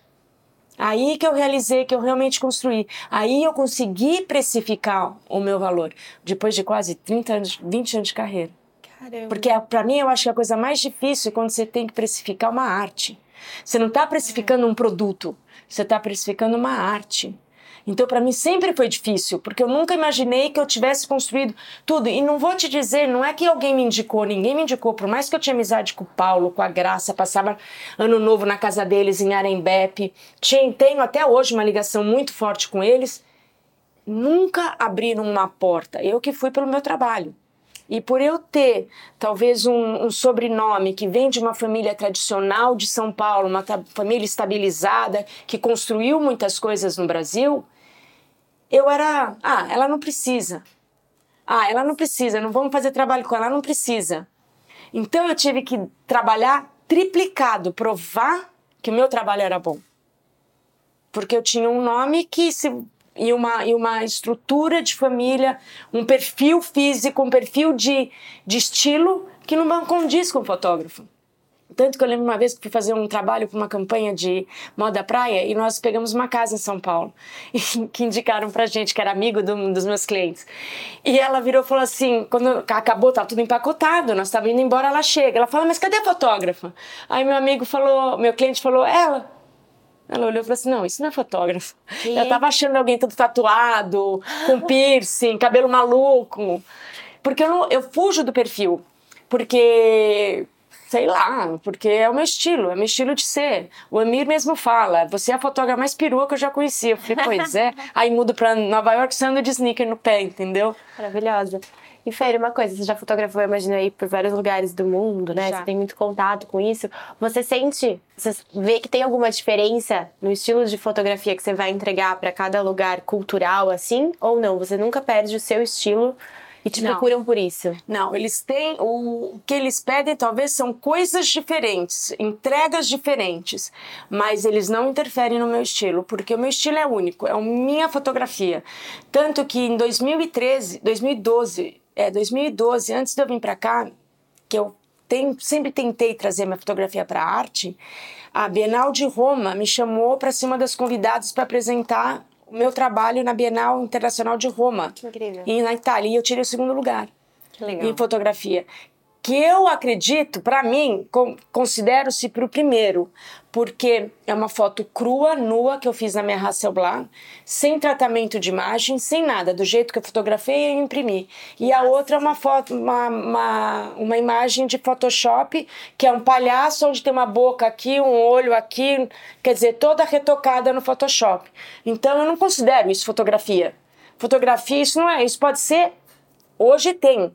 Aí que eu realizei, que eu realmente construí. Aí eu consegui precificar o meu valor. Depois de quase 30 anos, 20 anos de carreira. Caramba. Porque pra mim eu acho que a coisa mais difícil é quando você tem que precificar uma arte. Você não está precificando um produto, você está precificando uma arte. Então, para mim, sempre foi difícil, porque eu nunca imaginei que eu tivesse construído tudo. E não vou te dizer, não é que alguém me indicou, ninguém me indicou. Por mais que eu tinha amizade com o Paulo, com a Graça, passava ano novo na casa deles em Arembepe, tenho até hoje uma ligação muito forte com eles, nunca abriram uma porta. Eu que fui pelo meu trabalho. E por eu ter, talvez, um sobrenome que vem de uma família tradicional de São Paulo, uma família estabilizada, que construiu muitas coisas no Brasil, eu era... ela não precisa. Ela não precisa, não vamos fazer trabalho com ela, ela não precisa. Então eu tive que trabalhar triplicado, provar que o meu trabalho era bom. Porque eu tinha um nome que... E uma estrutura de família, um perfil físico, um perfil de estilo que não condiz com o fotógrafo. Tanto que eu lembro uma vez que fui fazer um trabalho para uma campanha de moda praia e nós pegamos uma casa em São Paulo que indicaram pra gente, que era amigo dos meus clientes. E ela virou e falou assim, quando acabou, tá tudo empacotado, nós estávamos indo embora, ela chega. Ela fala, mas cadê a fotógrafa? Aí meu cliente falou, Ela olhou e falou assim, não, isso não é fotógrafo. Eu tava achando alguém todo tatuado, com piercing, cabelo maluco. Porque eu fujo do perfil. Porque, sei lá, porque é o meu estilo de ser. O Amir mesmo fala, você é a fotógrafa mais perua que eu já conheci. Eu falei, pois é. Aí mudo pra Nova York, você anda de sneaker no pé, entendeu? Maravilhosa. E Fer, uma coisa, você já fotografou, eu imagino, aí por vários lugares do mundo, né? Já. Você tem muito contato com isso. Você vê que tem alguma diferença no estilo de fotografia que você vai entregar para cada lugar cultural, assim? Ou não? Você nunca perde o seu estilo e te procuram por isso? Não, eles têm... O que eles pedem, talvez, são coisas diferentes, entregas diferentes. Mas eles não interferem no meu estilo, porque o meu estilo é único, é a minha fotografia. Tanto que em 2012, antes de eu vir para cá, que eu sempre tentei trazer minha fotografia para a arte, a Bienal de Roma me chamou para ser uma das convidadas para apresentar o meu trabalho na Bienal Internacional de Roma. Que incrível. E na Itália, e eu tirei o segundo lugar. Que legal. Em fotografia. que eu acredito, para mim, considero-se para o primeiro, porque é uma foto crua, nua, que eu fiz na minha Hasselblad, sem tratamento de imagem, sem nada, do jeito que eu fotografei e imprimi. E a outra é uma foto, uma imagem de Photoshop, que é um palhaço onde tem uma boca aqui, um olho aqui, quer dizer, toda retocada no Photoshop. Então eu não considero isso fotografia. Fotografia, isso não é, isso pode ser... Hoje tem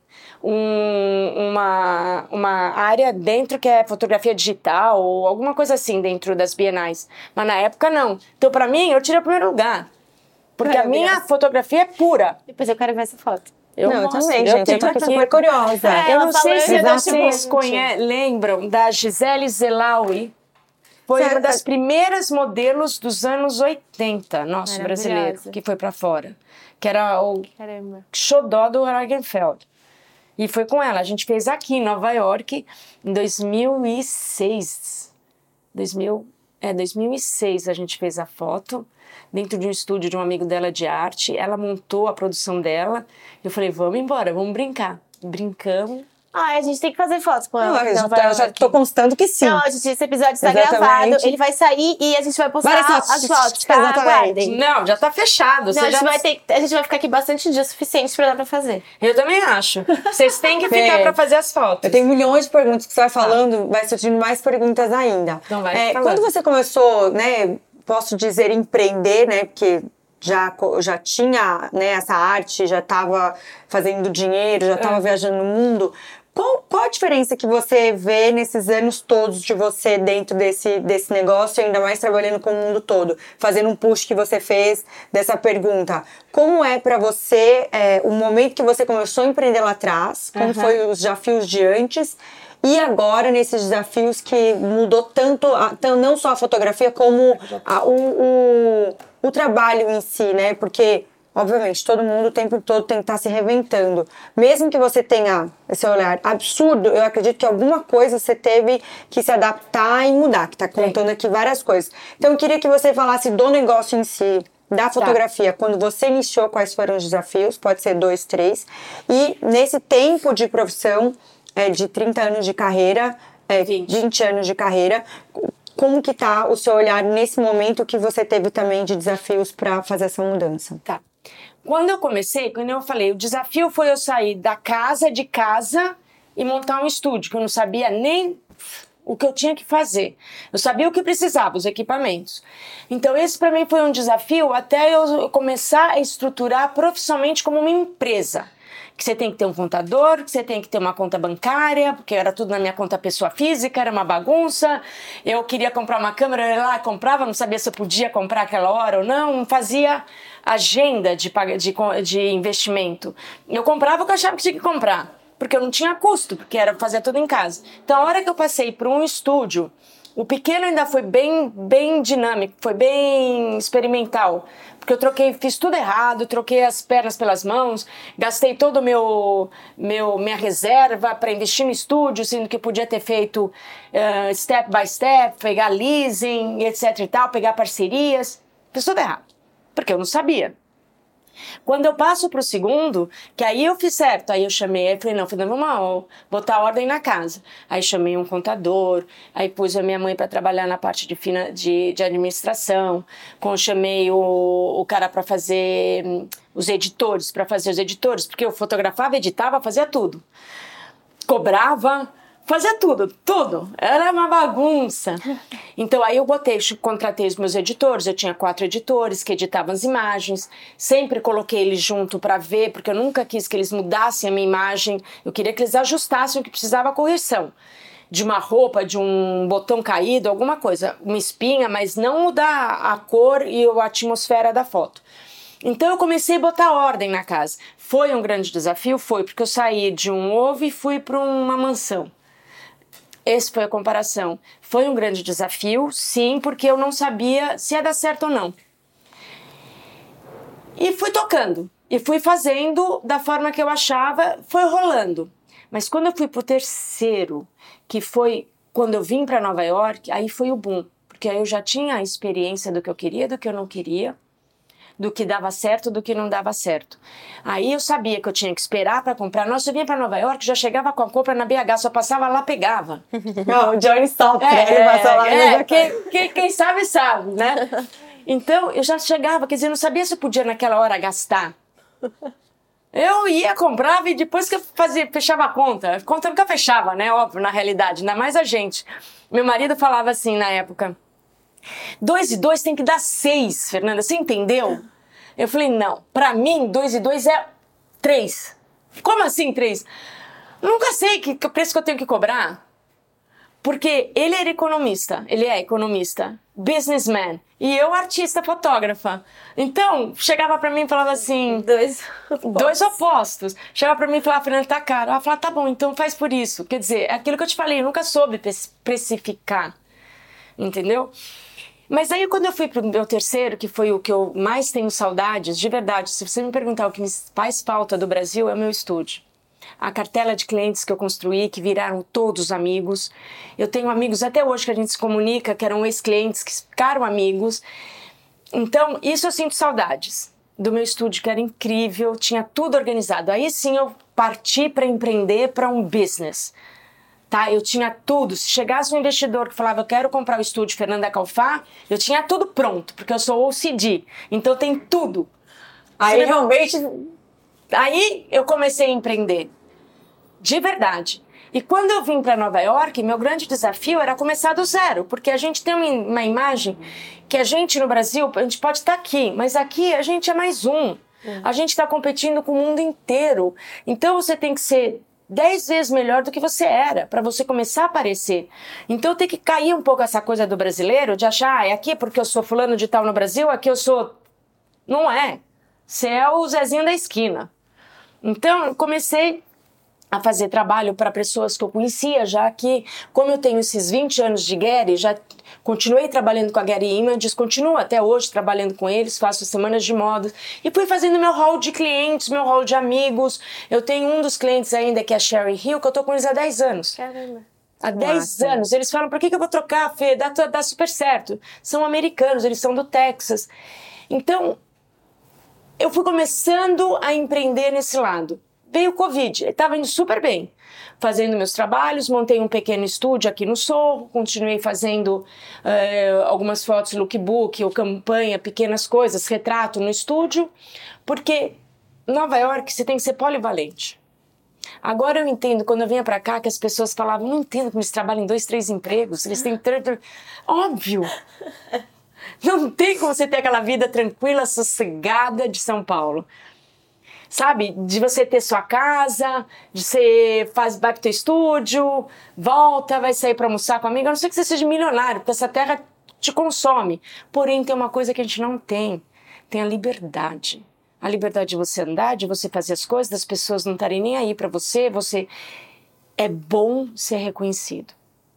uma área dentro que é fotografia digital ou alguma coisa assim dentro das bienais. Mas na época não. Então, para mim, eu tirei o primeiro lugar. Porque a minha fotografia é pura. Depois eu quero ver essa foto. Eu também, gente. Eu tô super curiosa. Eu não sei se Exatamente. vocês lembram da Gisele Zelawi. Foi uma das primeiras modelos dos anos 80, nosso brasileiro, que foi para fora. Que era o xodó do Lagerfeld. E foi com ela. A gente fez aqui em Nova York em 2006. 2006 a gente fez a foto dentro de um estúdio de um amigo dela de arte. Ela montou a produção dela. Eu falei, vamos embora, vamos brincar. Brincamos. A gente tem que fazer fotos com ela. Eu já tô constando que sim. Não, gente, esse episódio está gravado. Ele vai sair e a gente vai postar as fotos, tá? Aguardem. Não, já tá fechado. Não, a gente vai ficar aqui bastante dia suficiente pra dar pra fazer. Eu também acho. Vocês têm que ficar pra fazer as fotos. Eu tenho milhões de perguntas que você vai falando, vai surgindo mais perguntas ainda. Então vai quando você começou, né, posso dizer empreender, né, porque já tinha, né, essa arte, já estava fazendo dinheiro, já estava viajando no mundo. Qual a diferença que você vê nesses anos todos de você dentro desse negócio, ainda mais trabalhando com o mundo todo? Fazendo um push que você fez dessa pergunta. Como é para você o momento que você começou a empreender lá atrás? Como foi os desafios de antes? E agora, nesses desafios que mudou tanto, não só a fotografia, como o trabalho em si, né? Porque... Obviamente, todo mundo o tempo todo tem que estar se reinventando. Mesmo que você tenha esse olhar absurdo, eu acredito que alguma coisa você teve que se adaptar e mudar, que está contando aqui várias coisas. Então, eu queria que você falasse do negócio em si, da fotografia, quando você iniciou, quais foram os desafios, pode ser 2, 3, e nesse tempo de profissão, de 30 anos de carreira, 20 anos de carreira, como que tá o seu olhar nesse momento que você teve também de desafios para fazer essa mudança? Tá. Quando eu comecei, quando eu falei, o desafio foi eu sair de casa e montar um estúdio, que eu não sabia nem o que eu tinha que fazer. Eu sabia o que precisava, os equipamentos. Então esse para mim foi um desafio até eu começar a estruturar profissionalmente como uma empresa. Que você tem que ter um contador, que você tem que ter uma conta bancária, porque era tudo na minha conta pessoa física, era uma bagunça. Eu queria comprar uma câmera, eu ia lá, comprava, não sabia se eu podia comprar aquela hora ou não fazia agenda de investimento. Eu comprava o que eu achava que tinha que comprar, porque eu não tinha custo, porque era fazer tudo em casa. Então, a hora que eu passei para um estúdio, o pequeno ainda foi bem dinâmico, foi bem experimental. Porque eu fiz tudo errado, troquei as pernas pelas mãos, gastei todo minha reserva para investir no estúdio, sendo que eu podia ter feito step by step, pegar leasing, etc e tal, pegar parcerias. Fiz tudo errado, porque eu não sabia. Quando eu passo pro segundo, que aí eu fiz certo, aí eu chamei, aí falei, não, vamos botar ordem na casa. Aí chamei um contador, aí pus a minha mãe para trabalhar na parte de administração, chamei o cara para fazer os editores, porque eu fotografava, editava, fazia tudo. Cobrava, fazia tudo. Era uma bagunça. Então, aí eu contratei os meus editores. Eu tinha 4 editores que editavam as imagens. Sempre coloquei eles junto para ver, porque eu nunca quis que eles mudassem a minha imagem. Eu queria que eles ajustassem o que precisava correção. De uma roupa, de um botão caído, alguma coisa. Uma espinha, mas não mudar a cor e a atmosfera da foto. Então eu comecei a botar ordem na casa. Foi um grande desafio? Foi, porque eu saí de um ovo e fui para uma mansão. Essa foi a comparação. Foi um grande desafio, sim, porque eu não sabia se ia dar certo ou não. E fui tocando. E fui fazendo da forma que eu achava, foi rolando. Mas quando eu fui pro terceiro, que foi quando eu vim para Nova York, aí foi o boom. Porque aí eu já tinha a experiência do que eu queria, do que eu não queria. do que dava certo, do que não dava certo. Aí eu sabia que eu tinha que esperar para comprar. Nossa, eu vinha para Nova York, já chegava com a compra na BH, só passava lá, pegava. Não, o Johnny Stop, né? Ele passou lá. Quem sabe, sabe, né? Então, eu já chegava, quer dizer, eu não sabia se eu podia naquela hora gastar. Eu ia, comprava e depois que eu fechava a conta nunca fechava, né? Óbvio, na realidade, ainda mais a gente. Meu marido falava assim na época, 2 e 2 tem que dar 6, Fernanda, você entendeu? Eu falei, não, pra mim 2 e 2 é 3. Como assim 3? Nunca sei que preço que eu tenho que cobrar. Porque ele é economista, businessman, e eu artista, fotógrafa. Então, chegava pra mim e falava assim... Dois opostos. Chegava pra mim e falava, Fernanda, tá caro. Ela falava, tá bom, então faz por isso. Quer dizer, é aquilo que eu te falei, eu nunca soube precificar, entendeu? Mas aí quando eu fui pro meu terceiro, que foi o que eu mais tenho saudades, de verdade, se você me perguntar o que me faz falta do Brasil, é o meu estúdio. A cartela de clientes que eu construí, que viraram todos amigos. Eu tenho amigos até hoje que a gente se comunica, que eram ex-clientes, que ficaram amigos. Então, isso eu sinto saudades do meu estúdio, que era incrível, tinha tudo organizado. Aí sim eu parti para empreender para um business. Tá? Eu tinha tudo. Se chegasse um investidor que falava, eu quero comprar o estúdio Fernanda Calfá, eu tinha tudo pronto, porque eu sou OCD. Então tem tudo. Aí realmente... Aí eu comecei a empreender. De verdade. E quando eu vim para Nova York, meu grande desafio era começar do zero, porque a gente tem uma imagem que a gente no Brasil, a gente pode estar aqui, mas aqui a gente é mais um. A gente está competindo com o mundo inteiro. Então você tem que ser 10 vezes melhor do que você era, para você começar a aparecer. Então tem que cair um pouco essa coisa do brasileiro, de achar, é aqui porque eu sou fulano de tal no Brasil, aqui eu sou... Não é. Você é o Zezinho da esquina. Então, eu comecei a fazer trabalho para pessoas que eu conhecia, já que, como eu tenho esses 20 anos de Getty, já continuei trabalhando com a Getty Images, continuo até hoje trabalhando com eles, faço semanas de moda, e fui fazendo meu hall de clientes, meu hall de amigos. Eu tenho um dos clientes ainda, que é a Sherry Hill, que eu tô com eles há 10 anos. Caramba. Há 10 anos. Eles falam, por que eu vou trocar, Fê? Dá super certo. São americanos, eles são do Texas. Então... eu fui começando a empreender nesse lado. Veio o Covid, estava indo super bem. Fazendo meus trabalhos, montei um pequeno estúdio aqui no Sorro, continuei fazendo algumas fotos, lookbook ou campanha, pequenas coisas, retrato no estúdio, porque Nova York você tem que ser polivalente. Agora eu entendo, quando eu vinha pra cá, que as pessoas falavam, não entendo como eles trabalham em 2, 3 empregos, eles têm... Óbvio! Não tem como você ter aquela vida tranquila, sossegada de São Paulo. Sabe? De você ter sua casa, de você vai pro teu estúdio, volta, vai sair pra almoçar com amigo. A não ser que você seja milionário, porque essa terra te consome. Porém, tem uma coisa que a gente não tem. Tem a liberdade. A liberdade de você andar, de você fazer as coisas, das pessoas não estarem nem aí pra você. É bom ser reconhecido.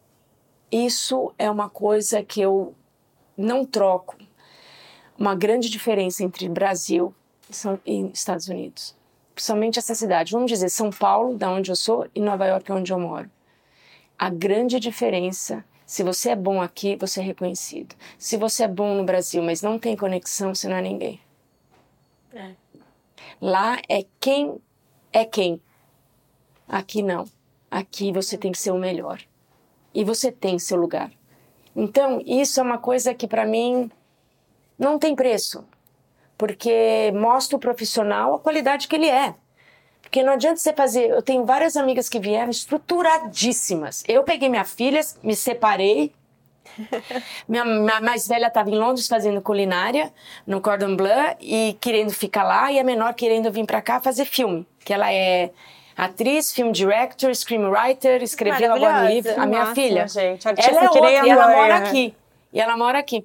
Isso é uma coisa que eu não troco. Uma grande diferença entre Brasil e Estados Unidos. Principalmente essa cidade. Vamos dizer, São Paulo, da onde eu sou, e Nova York, onde eu moro. A grande diferença, se você é bom aqui, você é reconhecido. Se você é bom no Brasil, mas não tem conexão, você não é ninguém. É. Lá é quem é quem. Aqui não. Aqui você tem que ser o melhor. E você tem seu lugar. Então, isso é uma coisa que, para mim, não tem preço. Porque mostra o profissional a qualidade que ele é. Porque não adianta você fazer... Eu tenho várias amigas que vieram estruturadíssimas. Eu peguei minha filha, me separei. Minha mais velha estava em Londres fazendo culinária, no Cordon Bleu, e querendo ficar lá. E a menor querendo vir para cá fazer filme. Que ela é... atriz, film director, screenwriter, escreveu agora um livro. A minha filha, gente. ela é outra, e ela mora aqui. E ela mora aqui.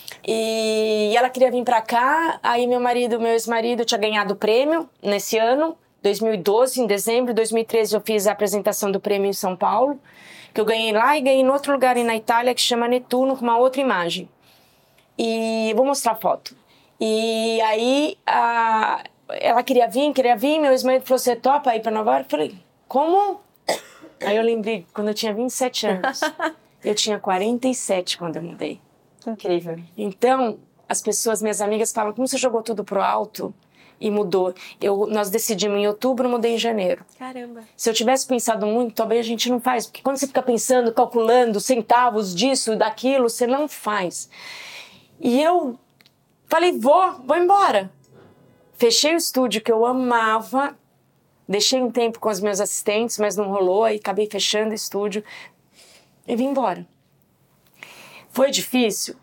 E ela queria vir pra cá, aí meu ex-marido tinha ganhado o prêmio nesse ano, 2012, em dezembro. 2013 eu fiz a apresentação do prêmio em São Paulo, que eu ganhei lá e ganhei em outro lugar na Itália, que chama Netuno, com uma outra imagem. E vou mostrar a foto. E aí... ela queria vir, meu ex-marido falou, você topa ir pra Nova York? Eu falei, como? Aí eu lembrei, quando eu tinha 27 anos, eu tinha 47 quando eu mudei. Incrível. Então, as pessoas, minhas amigas, falam, como você jogou tudo pro alto e mudou? Nós decidimos em outubro, mudei em janeiro. Caramba. Se eu tivesse pensado muito, talvez a gente não faz. Porque quando você fica pensando, calculando centavos disso, daquilo, você não faz. E eu falei, vou embora. Fechei o estúdio que eu amava, deixei um tempo com os meus assistentes, mas não rolou, aí acabei fechando o estúdio e vim embora. Foi difícil?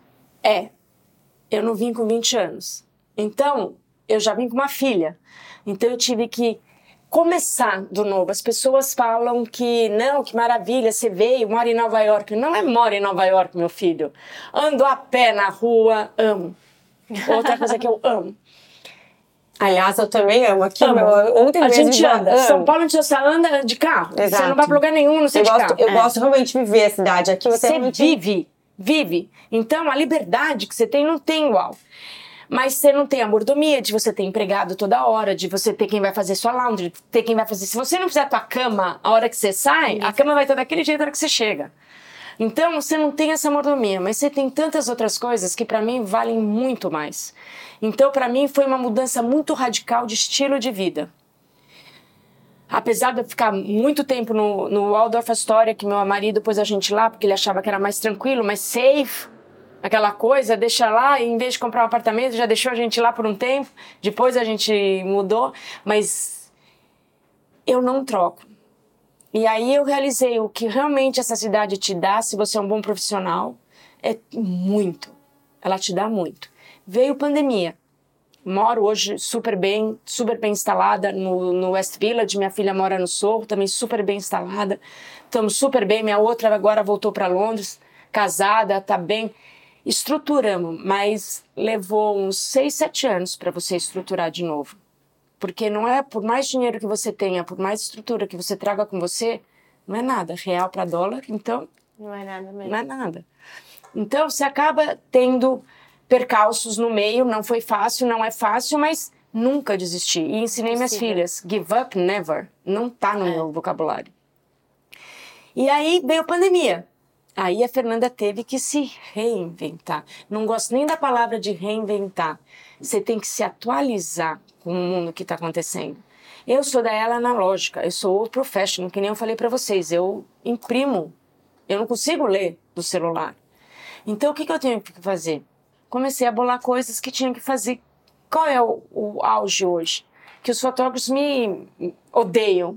Eu não vim com 20 anos. Então, eu já vim com uma filha. Então, eu tive que começar do novo. As pessoas falam que, não, que maravilha, você veio, mora em Nova York. Não é mora em Nova York, meu filho. Ando a pé na rua, amo. Outra coisa que eu amo. Aliás, eu também amo. Aqui, ontem a mesmo gente anda. São Paulo, a gente só anda de carro. Exato. Você não vai pra lugar nenhum, não sei de carro. Eu gosto realmente de viver a cidade. Aqui você realmente... vive. Então, a liberdade que você tem não tem igual. Mas você não tem a mordomia de você ter empregado toda hora, de você ter quem vai fazer sua laundry, de ter quem vai fazer... Se você não fizer a tua cama a hora que você sai, a cama vai estar daquele jeito a hora que você chega. Então, você não tem essa mordomia, mas você tem tantas outras coisas que, pra mim, valem muito mais. Então, pra mim, foi uma mudança muito radical de estilo de vida. Apesar de eu ficar muito tempo no Waldorf Astoria, que meu marido pôs a gente lá, porque ele achava que era mais tranquilo, mais safe, aquela coisa, deixa lá, e em vez de comprar um apartamento, já deixou a gente lá por um tempo, depois a gente mudou, mas eu não troco. E aí eu realizei o que realmente essa cidade te dá, se você é um bom profissional, é muito. Ela te dá muito. Veio pandemia. Moro hoje super bem instalada no West Village. Minha filha mora no Sorro, também super bem instalada. Estamos super bem. Minha outra agora voltou para Londres, casada, tá bem. Estruturamos, mas levou uns 6, 7 anos para você estruturar de novo. Porque não é, por mais dinheiro que você tenha, por mais estrutura que você traga com você, não é nada. Real para dólar, então... Não é nada mesmo. Não é nada. Então, você acaba tendo percalços no meio. Não foi fácil, não é fácil, mas nunca desisti. E ensinei minhas filhas. Give up, never. Não tá no meu vocabulário. E aí veio a pandemia. Aí a Fernanda teve que se reinventar. Não gosto nem da palavra de reinventar. Você tem que se atualizar com o mundo que está acontecendo. Eu sou da era analógica, eu sou professional, que nem eu falei para vocês. Eu imprimo, eu não consigo ler do celular. Então o que eu tenho que fazer? Comecei a bolar coisas que tinha que fazer. Qual é o auge hoje? Que os fotógrafos me odeiam.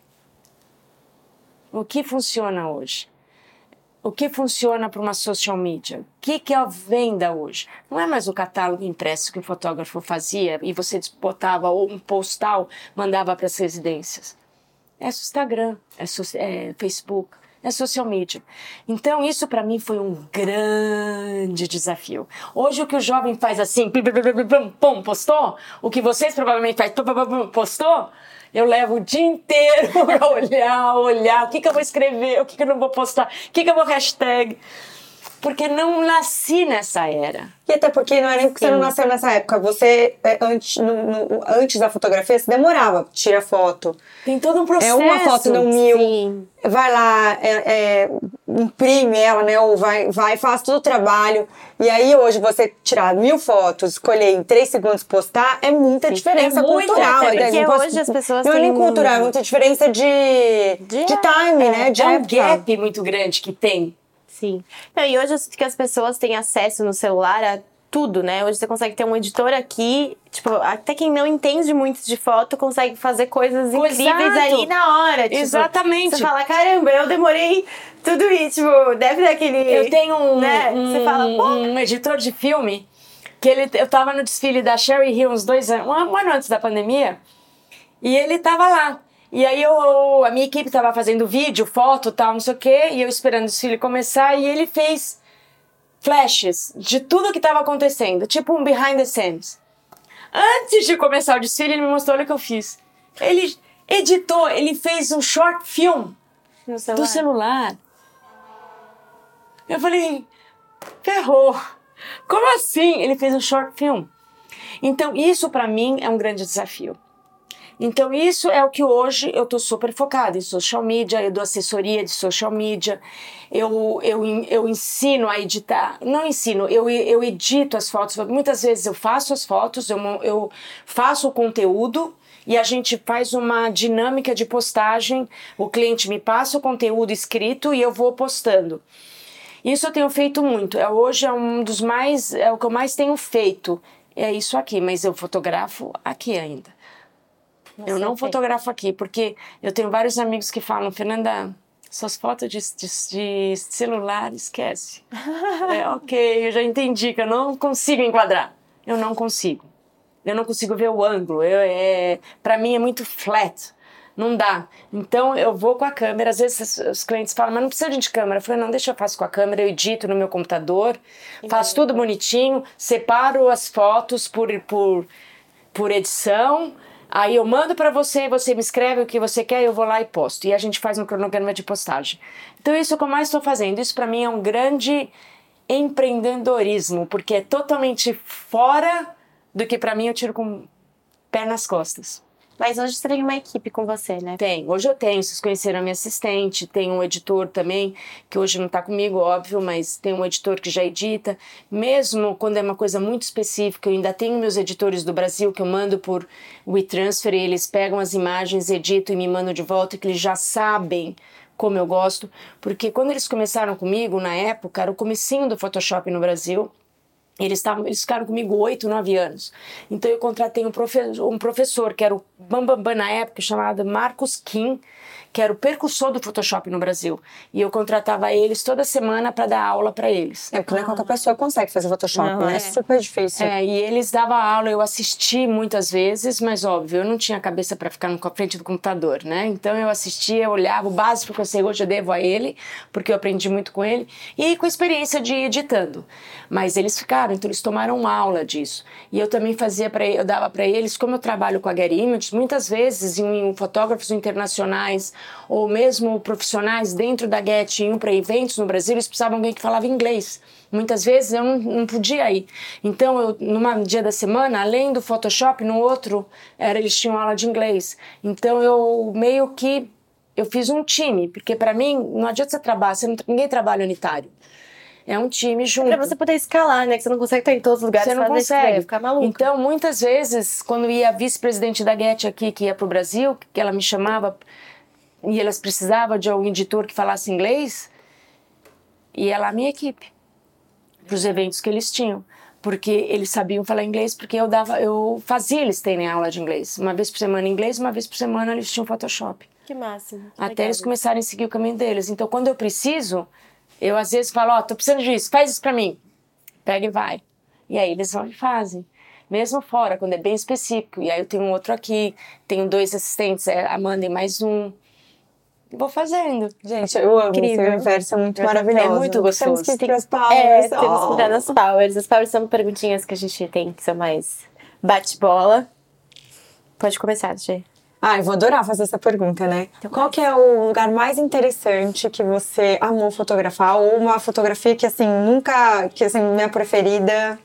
O que funciona hoje? O que funciona para uma social media? O que é a venda hoje? Não é mais o catálogo impresso que o fotógrafo fazia e você botava ou um postal, mandava para as residências. É Instagram, é Facebook, é social media. Então isso para mim foi um grande desafio. Hoje o que o jovem faz assim, pum, postou, o que vocês provavelmente fazem, postou, eu levo o dia inteiro pra olhar, o que eu vou escrever, o que eu não vou postar, o que eu vou hashtag. Porque não nasci nessa era. E até porque não é nem porque você não nasceu nessa época. Você, antes da fotografia, você demorava, tira foto. Tem todo um processo. É uma foto, não 1000. Sim. Vai lá, imprime ela, né? Ou vai, faz todo o trabalho. E aí, hoje, você tirar 1000 fotos, escolher em 3 segundos postar, é muita diferença cultural. Porque hoje as pessoas não têm... é nem cultural, é muita diferença de time, né? De um gap muito grande que tem. Sim. Não, e hoje que as pessoas têm acesso no celular a tudo, né? Hoje você consegue ter um editor aqui, tipo, até quem não entende muito de foto consegue fazer coisas incríveis ali na hora. Tipo, exatamente. Você fala, caramba, eu demorei tudo isso, tipo, deve daquele... Eu tenho você fala, um editor de filme, que eu tava no desfile da Sherry Hill uns 2 anos, um ano antes da pandemia, e ele tava lá. E aí a minha equipe tava fazendo vídeo, foto, tal, não sei o quê, e eu esperando o desfile começar, e ele fez flashes de tudo que tava acontecendo, tipo um behind the scenes. Antes de começar o desfile, ele me mostrou o que eu fiz. Ele editou, ele fez um short film do celular. Eu falei, ferrou. Como assim? Ele fez um short film. Então, isso pra mim é um grande desafio. Então, isso é o que hoje eu estou super focada em social media, eu dou assessoria de social media, eu ensino a editar, não ensino, eu edito as fotos, muitas vezes eu faço as fotos, eu faço o conteúdo e a gente faz uma dinâmica de postagem, o cliente me passa o conteúdo escrito e eu vou postando. Isso eu tenho feito muito, hoje é o que eu mais tenho feito, é isso aqui, mas eu fotografo aqui ainda. Eu não fotografo aqui, porque eu tenho vários amigos que falam, Fernanda, suas fotos de celular, esquece. Ok, eu já entendi que eu não consigo enquadrar. Eu não consigo. Eu não consigo ver o ângulo. Pra mim é muito flat. Não dá. Então eu vou com a câmera. Às vezes os clientes falam, mas não precisa de câmera. Eu falei, não, deixa eu faço com a câmera. Eu edito no meu computador, faço tudo bonitinho, separo as fotos por edição. Aí eu mando para você me escreve o que você quer, eu vou lá e posto. E a gente faz um cronograma de postagem. Então isso é o que eu mais estou fazendo. Isso para mim é um grande empreendedorismo, porque é totalmente fora do que para mim eu tiro com o pé nas costas. Mas hoje você tem uma equipe com você, né? Tem, hoje eu tenho, vocês conheceram a minha assistente, tem um editor também, que hoje não está comigo, óbvio, mas tem um editor que já edita. Mesmo quando é uma coisa muito específica, eu ainda tenho meus editores do Brasil, que eu mando por WeTransfer, e eles pegam as imagens, editam e me mandam de volta, que eles já sabem como eu gosto. Porque quando eles começaram comigo, na época, era o comecinho do Photoshop no Brasil, eles ficaram comigo 8, 9 anos. Então eu contratei um professor que era o bambambam na época, chamado Marcos Kim, que era o percussor do Photoshop no Brasil. E eu contratava eles toda semana para dar aula para eles. Porque não é qualquer pessoa consegue fazer Photoshop, não, né? É super difícil. E eles davam aula, eu assisti muitas vezes, mas óbvio, eu não tinha cabeça para ficar na frente do computador, né? Então eu assistia, eu olhava, o básico que eu sei hoje eu devo a ele, porque eu aprendi muito com ele, e com a experiência de editando. Mas eles ficaram, então eles tomaram aula disso. E eu também eu dava para eles, como eu trabalho com a Getty Images, muitas vezes em fotógrafos internacionais, ou mesmo profissionais dentro da Getty iam para eventos no Brasil, eles precisavam de alguém que falava inglês. Muitas vezes eu não podia ir. Então, num dia da semana, além do Photoshop, no outro, eles tinham aula de inglês. Então, eu fiz um time, porque para mim, não adianta você trabalhar, ninguém trabalha unitário. É um time junto. Pra você poder escalar, né? Que você não consegue estar em todos os lugares. Você não consegue. Ficar maluco. Então, muitas vezes, quando ia a vice-presidente da Getty aqui, que ia pro Brasil, que ela me chamava e elas precisavam de um editor que falasse inglês, ia lá a minha equipe, pros eventos que eles tinham. Porque eles sabiam falar inglês, porque eu fazia eles terem aula de inglês. Uma vez por semana inglês, uma vez por semana eles tinham Photoshop. Que máximo. Até eles começarem a seguir o caminho deles. Então, quando eu preciso, eu às vezes falo, tô precisando disso, faz isso pra mim. Pega e vai. E aí eles vão e fazem. Mesmo fora, quando é bem específico. E aí eu tenho um outro aqui, tenho 2 assistentes, a Amanda e mais um. E vou fazendo. Gente, eu amo esse universo, é muito maravilhoso. É muito gostoso. Temos que ir para as powers. Temos que ir nas powers. As powers são perguntinhas que a gente tem, que são mais bate-bola. Pode começar, Gê. Eu vou adorar fazer essa pergunta, né? Então, qual que é o lugar mais interessante que você amou fotografar? Ou uma fotografia que, assim, minha preferida?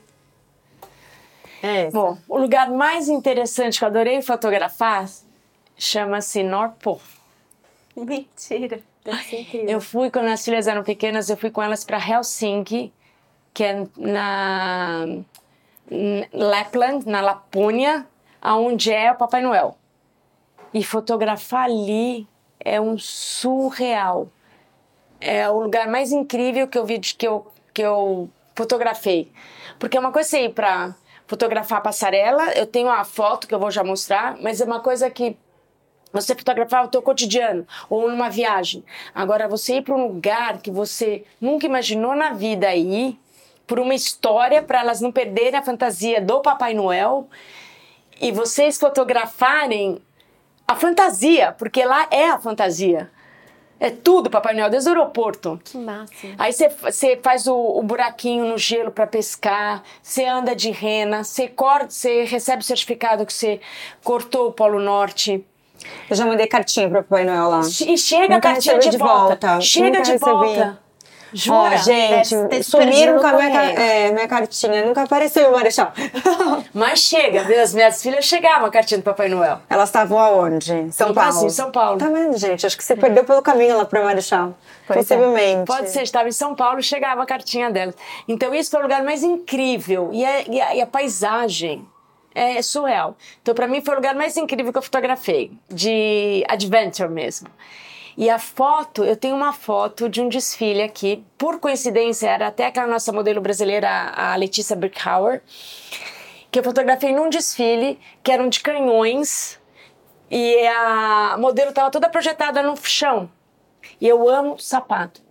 Bom, o lugar mais interessante que eu adorei fotografar chama-se North Pole. Mentira. Deve ser incrível. Eu fui, quando as filhas eram pequenas, eu fui com elas para Helsinki, que é na Lapland, na Lapônia, onde é o Papai Noel. E fotografar ali é um surreal. É o lugar mais incrível que eu vi, que eu fotografei. Porque é uma coisa assim, para fotografar a passarela, eu tenho a foto que eu vou já mostrar, mas é uma coisa que você fotografar o teu cotidiano ou numa viagem. Agora, você ir para um lugar que você nunca imaginou na vida ir, por uma história, para elas não perderem a fantasia do Papai Noel, e vocês fotografarem a fantasia, porque lá é a fantasia. É tudo Papai Noel, desde o aeroporto. Que massa. Aí você faz o buraquinho no gelo para pescar, você anda de rena, você recebe o certificado que você cortou o Polo Norte. Eu já mandei cartinha para o Papai Noel lá. E chega a cartinha de volta. Chega de volta. Jura? Ó, gente, Deve ter se sumiram perdido com a no minha, correio. minha cartinha. Nunca apareceu o Marechal. Mas chega, viu? As minhas filhas chegavam a cartinha do Papai Noel. Elas estavam aonde? São No Paulo? Brasil, São Paulo. Tá vendo, gente? Acho que você perdeu pelo caminho lá pra Marechal. Pois é. Possivelmente. Pode ser, estava em São Paulo, chegava a cartinha delas. Então isso foi o lugar mais incrível. E a paisagem é surreal. Então pra mim foi o lugar mais incrível que eu fotografei. De adventure mesmo. E a foto, eu tenho uma foto de um desfile aqui. Por coincidência, era até aquela nossa modelo brasileira, a Letícia Birkhauer, que eu fotografei num desfile, que eram de canhões. E a modelo estava toda projetada no chão. E eu amo sapato.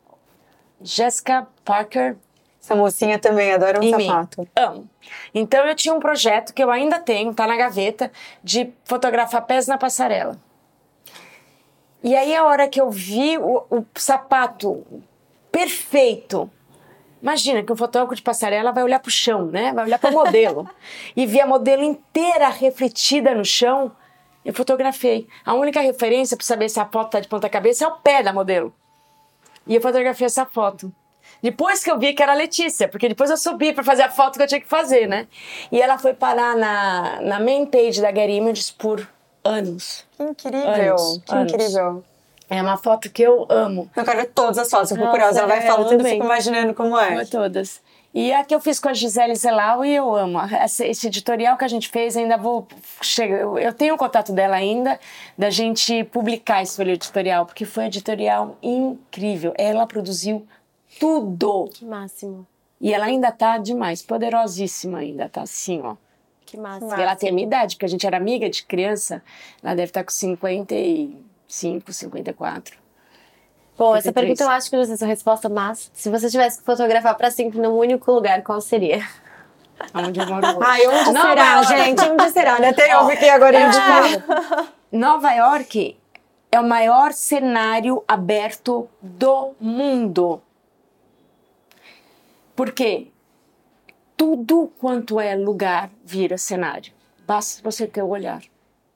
Jessica Parker Essa mocinha também adora um e mim. sapato. Amo. Então eu tinha um projeto que eu ainda tenho, tá na gaveta, de fotografar pés na passarela. E aí a hora que eu vi o sapato perfeito, imagina que um fotógrafo de passarela vai olhar pro chão, né? Vai olhar pro modelo. E vi a modelo inteira refletida no chão, eu fotografei. A única referência para saber se a foto tá de ponta cabeça é o pé da modelo. E eu fotografei essa foto. Depois que eu vi que era a Letícia, porque depois eu subi para fazer a foto que eu tinha que fazer, né? E ela foi parar na main page da Getty Images por anos. Que incrível. Anos, Que anos. incrível. É uma foto que eu amo. Eu quero ver todas as fotos. Eu fico Nossa, curiosa. Ela vai eu falando, eu também. fico imaginando como é. Amo todas. E a que eu fiz com a Gisele Zelau e eu amo. Esse editorial que a gente fez, ainda vou... Eu tenho o contato dela ainda, da gente publicar esse editorial, porque foi um editorial incrível. Ela produziu tudo. Que máximo. E ela ainda tá demais, poderosíssima ainda, tá assim, ó. Que máximo. E ela tem a minha idade, porque a gente era amiga de criança, ela deve estar com 55, 54. Bom, essa 53. pergunta eu acho que não sei a sua resposta, mas se você tivesse que fotografar pra sempre num único lugar, qual seria? Onde eu moro hoje. Ai, onde Nova será, York. gente? Onde será? Né? Até eu fiquei agora indicando. Nova York é o maior cenário aberto do mundo. Por quê? Tudo quanto é lugar vira cenário. Basta você ter o olhar.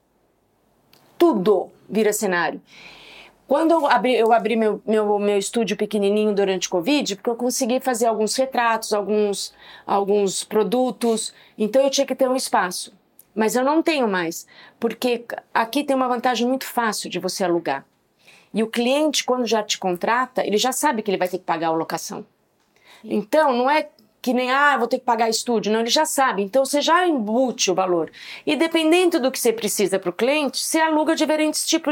Tudo vira cenário. Quando eu abri meu estúdio pequenininho durante o Covid, porque eu consegui fazer alguns retratos, alguns produtos, então eu tinha que ter um espaço. Mas eu não tenho mais, porque aqui tem uma vantagem muito fácil de você alugar. E o cliente, quando já te contrata, ele já sabe que ele vai ter que pagar a locação. Então, não é que nem, vou ter que pagar estúdio. Não, ele já sabe. Então, você já embute o valor. E dependendo do que você precisa para o cliente, você aluga diferentes tipos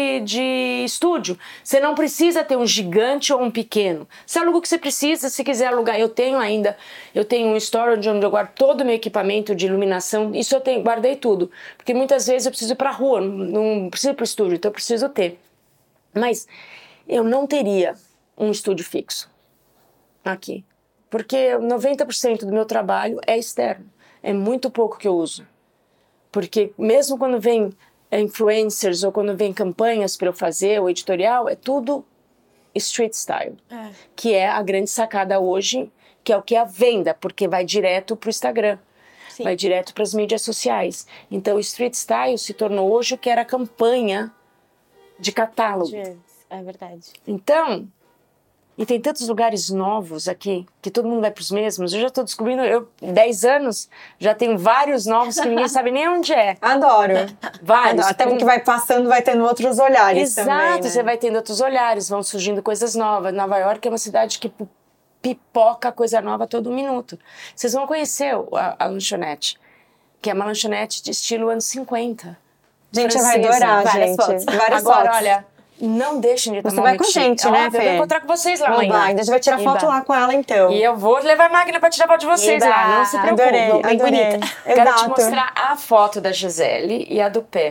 de estúdio. Você não precisa ter um gigante ou um pequeno. Você aluga o que você precisa. Se quiser alugar, eu tenho um storage onde eu guardo todo o meu equipamento de iluminação. Isso eu guardei tudo. Porque muitas vezes eu preciso ir para a rua, não preciso ir para o estúdio, então eu preciso ter. Mas eu não teria um estúdio fixo aqui. Porque 90% do meu trabalho é externo. É muito pouco que eu uso. Porque mesmo quando vem influencers ou quando vem campanhas para eu fazer, o editorial, é tudo street style. Que é a grande sacada hoje, que é o que é a venda, porque vai direto para o Instagram. Sim. Vai direto para as mídias sociais. Então o street style se tornou hoje o que era a campanha de catálogo. É verdade. Então... E tem tantos lugares novos aqui, que todo mundo vai para os mesmos. Eu já estou descobrindo, 10 anos, já tenho vários novos que ninguém sabe nem onde é. Adoro. Vários. Adoro. Até porque vai passando, vai tendo outros olhares também, Exato, né? você vai tendo outros olhares, vão surgindo coisas novas. Nova York é uma cidade que pipoca coisa nova todo minuto. Vocês vão conhecer a lanchonete, que é uma lanchonete de estilo anos 50. Gente, francesa. vai adorar, Várias gente. fotos. Várias Agora, fotos. olha... Não deixem de tomar Você vai um com a milkshake. gente, né, Eu vou Fê? encontrar com vocês lá amanhã. Vai, a gente vai tirar foto Iba. lá com ela, então. E eu vou levar a máquina para tirar foto de vocês Iba. lá, não se preocupe. Adorei, Vão bem adorei. bonita. Quero te Exato. mostrar a foto da Gisele e a do pé.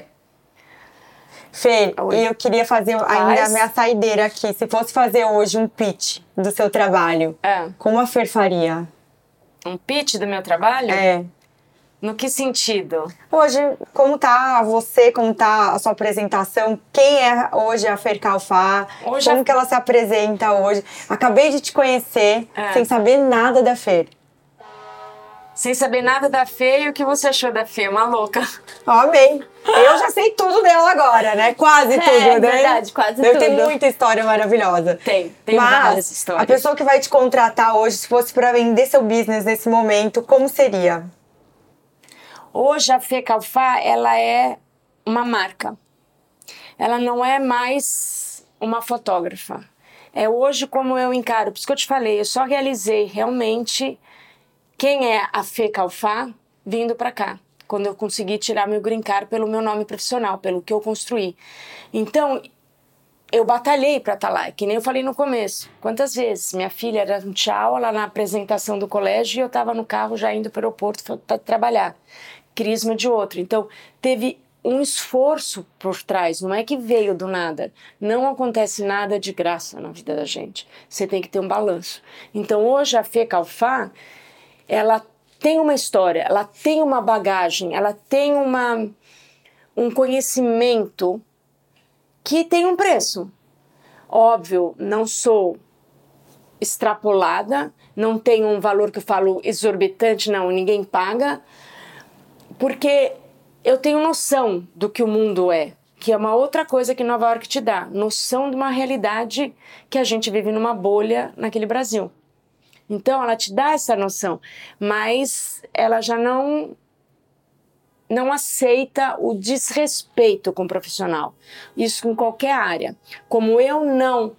Fê, Oi. e eu queria fazer ainda a minha saideira aqui. Se fosse fazer hoje um pitch do seu trabalho, como a Fer faria? Um pitch do meu trabalho? No que sentido? Hoje, como tá você, como tá a sua apresentação? Quem é hoje a Fer Calfá? Hoje Como que ela se apresenta hoje? Acabei de te conhecer sem saber nada da Fer. Sem saber nada da Fê, e o que você achou da Fê? Uma louca. Amei. Eu já sei tudo dela agora, né? Quase tudo, né? É verdade, quase Deve tudo. ter muita história maravilhosa. Tem Mas várias histórias. a pessoa que vai te contratar hoje, se fosse para vender seu business nesse momento, como seria? Hoje a Fê Calfá, ela é uma marca. Ela não é mais uma fotógrafa. É hoje como eu encaro. Por isso que eu te falei, eu só realizei realmente quem é a Fê Calfá vindo para cá. Quando eu consegui tirar meu green card pelo meu nome profissional, pelo que eu construí. Então, eu batalhei para estar lá, que nem eu falei no começo. Quantas vezes? Minha filha era um tchau lá na apresentação do colégio e eu estava no carro já indo para o aeroporto para trabalhar. Crisma de outro. Então, teve um esforço por trás, não é que veio do nada. Não acontece nada de graça na vida da gente. Você tem que ter um balanço. Então, hoje a Fê Calfá, ela tem uma história, ela tem uma bagagem, ela tem um conhecimento que tem um preço. Óbvio, não sou extrapolada, não tenho um valor que eu falo exorbitante, não, ninguém paga, porque eu tenho noção do que o mundo é, que é uma outra coisa que Nova York te dá, noção de uma realidade que a gente vive numa bolha naquele Brasil. Então, ela te dá essa noção, mas ela já não aceita o desrespeito com o profissional. Isso em qualquer área. Como eu não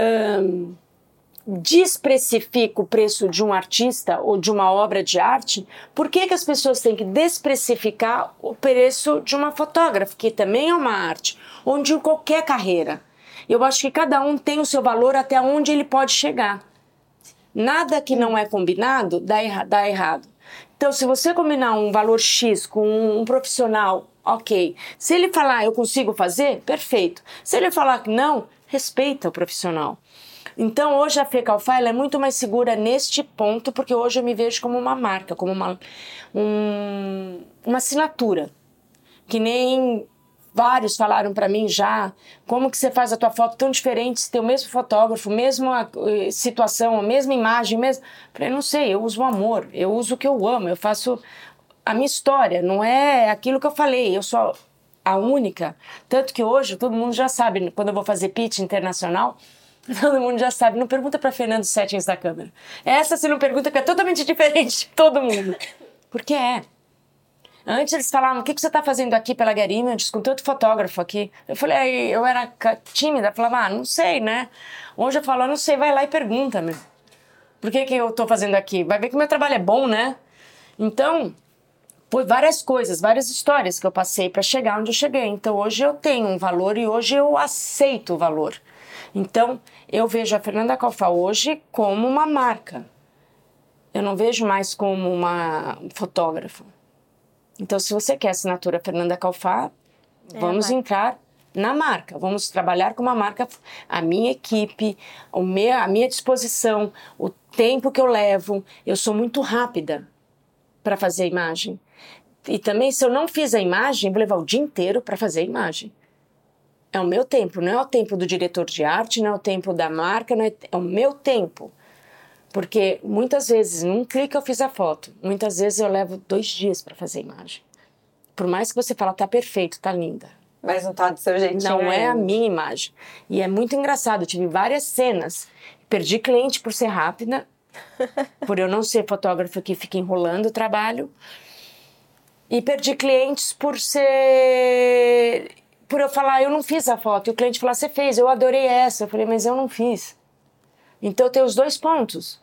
desprecifico o preço de um artista ou de uma obra de arte, por que as pessoas têm que desprecificar o preço de uma fotógrafa, que também é uma arte, ou de qualquer carreira? Eu acho que cada um tem o seu valor até onde ele pode chegar. Nada que não é combinado dá errado. Então, se você combinar um valor X com um profissional, ok. Se ele falar, eu consigo fazer, perfeito. Se ele falar que não, respeita o profissional. Então, hoje a Fê Calfá, ela é muito mais segura neste ponto, porque hoje eu me vejo como uma marca, como uma assinatura. Que nem vários falaram para mim já, como que você faz a tua foto tão diferente, se tem o mesmo fotógrafo, mesma situação, a mesma imagem, mesmo... Eu falei, não sei, eu uso o amor, eu uso o que eu amo, eu faço a minha história, não é aquilo que eu falei, eu sou a única. Tanto que hoje todo mundo já sabe, quando eu vou fazer pitch internacional, todo mundo já sabe, não pergunta para Fernando settings da câmera. Essa você não pergunta, que é totalmente diferente de todo mundo. Porque é. Antes eles falavam, o que você está fazendo aqui pela Getty Images com tanto fotógrafo aqui? Eu falei, eu era tímida, falava, não sei, né? Hoje eu falo, não sei, vai lá e pergunta, meu. Por que eu estou fazendo aqui? Vai ver que meu trabalho é bom, né? Então, foi várias coisas, várias histórias que eu passei para chegar onde eu cheguei. Então, hoje eu tenho um valor e hoje eu aceito o valor. Então, eu vejo a Fernanda Calfá hoje como uma marca. Eu não vejo mais como uma fotógrafa. Então, se você quer assinatura Fernanda Calfá, vamos entrar na marca. Vamos trabalhar com uma marca, a minha equipe, a minha disposição, o tempo que eu levo. Eu sou muito rápida para fazer a imagem. E também, se eu não fiz a imagem, vou levar o dia inteiro para fazer a imagem. É o meu tempo, não é o tempo do diretor de arte, não é o tempo da marca, não é o meu tempo. Porque muitas vezes, num clique eu fiz a foto, muitas vezes eu levo 2 dias para fazer a imagem. Por mais que você fale, tá perfeito, tá linda. Mas não tá do seu jeitinho. Não é a minha imagem. E é muito engraçado, eu tive várias cenas. Perdi cliente por ser rápida, por eu não ser fotógrafa que fica enrolando o trabalho. E perdi clientes por eu falar, eu não fiz a foto. E o cliente falar, você fez, eu adorei essa. Eu falei, mas eu não fiz. Então tem os 2 pontos.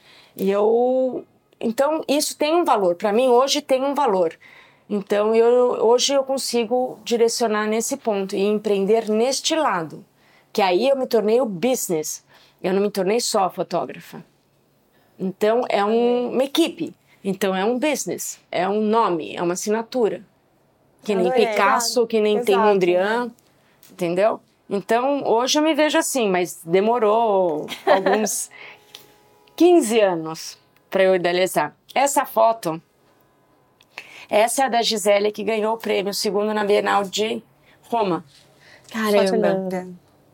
Então, isso tem um valor. Para mim, hoje tem um valor. Então, hoje eu consigo direcionar nesse ponto e empreender neste lado. Que aí eu me tornei o business. Eu não me tornei só fotógrafa. Então, é uma equipe. Então, é um business. É um nome, é uma assinatura. Que nem Picasso, que nem tem Mondrian. Entendeu? Então, hoje eu me vejo assim, mas demorou alguns 15 anos para eu idealizar. Essa foto, essa é a da Gisele, que ganhou o prêmio, segundo na Bienal de Roma. Caramba.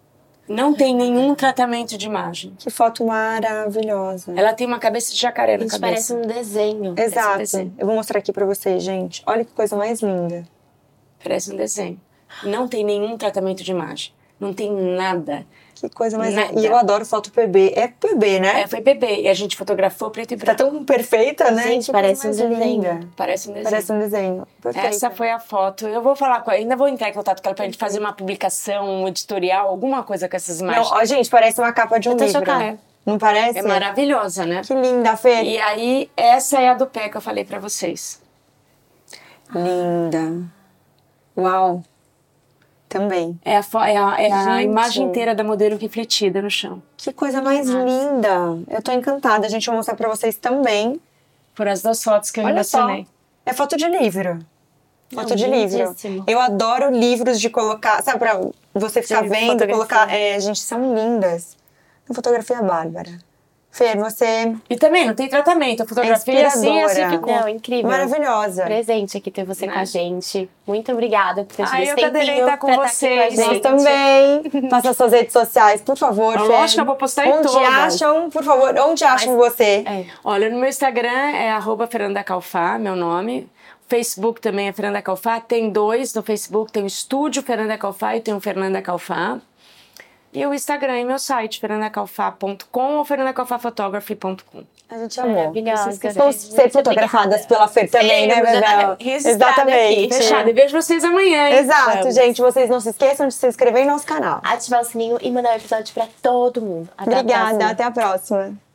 Não tem nenhum tratamento de imagem. Que foto maravilhosa. Ela tem uma cabeça de jacaré na Gente, cabeça. parece um desenho. Exato. desenho. Eu vou mostrar aqui pra vocês, gente. Olha que coisa mais linda. Parece um desenho. Não tem nenhum tratamento de imagem. Não tem nada. Que coisa mais Nada. linda. E eu adoro foto PB. É PB, né? Foi bebê. E a gente fotografou preto e Tá branco. tão perfeita, né? Gente, Que parece coisa um mais desenho. linda. Parece um desenho. Parece um desenho. Perfeita. Essa foi a foto. Eu vou falar com ela. Ainda vou entrar em contato com ela pra gente fazer uma publicação, um editorial, alguma coisa com essas Não, imagens. ó, gente, parece uma capa de um Eu tô livro. chocada. Não parece? É maravilhosa, né? Que linda, Fê. E aí, essa é a do pé que eu falei pra vocês. Linda. Uau. Também. É a Gente. imagem inteira da modelo refletida no chão. Que coisa mais linda. Eu tô encantada. A gente vai mostrar pra vocês também. Por as 2 fotos que eu Olha só. relacionei. É foto de livro. Foto Não, de livro. lindíssimo. Eu adoro livros de colocar, sabe, pra você ficar vendo, fotografia. colocar. Gente, são lindas. Fotografia bárbara. Fê, você E também não tem tratamento. A fotografia É assim inspiradora. ficou. Não, incrível. maravilhosa. Presente aqui ter você Né? com a gente. Muito obrigada por ter tido Ai, esse eu que adorei tempinho estar com pra vocês. aqui com a Nós gente. também. Faça suas redes sociais, por favor, Fê. Lógico que eu vou postar em Onde todas. acham, por favor, onde acham você? Olha, no meu Instagram é @FernandaCalfá, meu nome. Facebook também é Fernanda Calfá. Tem 2 no Facebook. Tem o Estúdio Fernanda Calfá e tem o Fernanda Calfá. E o Instagram e meu site, fernandacalfá.com ou fernandacalfaphotography.com. A gente amou. Maravilhosa. Vamos ser fotografadas pela Fê também, né, Seremos, Bebel? registrada Exatamente. aqui. Fechado. E vejo vocês amanhã, hein? Exato, Vamos. gente. Vocês não se esqueçam de se inscrever em nosso canal. Ativar o sininho e mandar o episódio pra todo mundo. Até a Obrigada, próxima. até a próxima.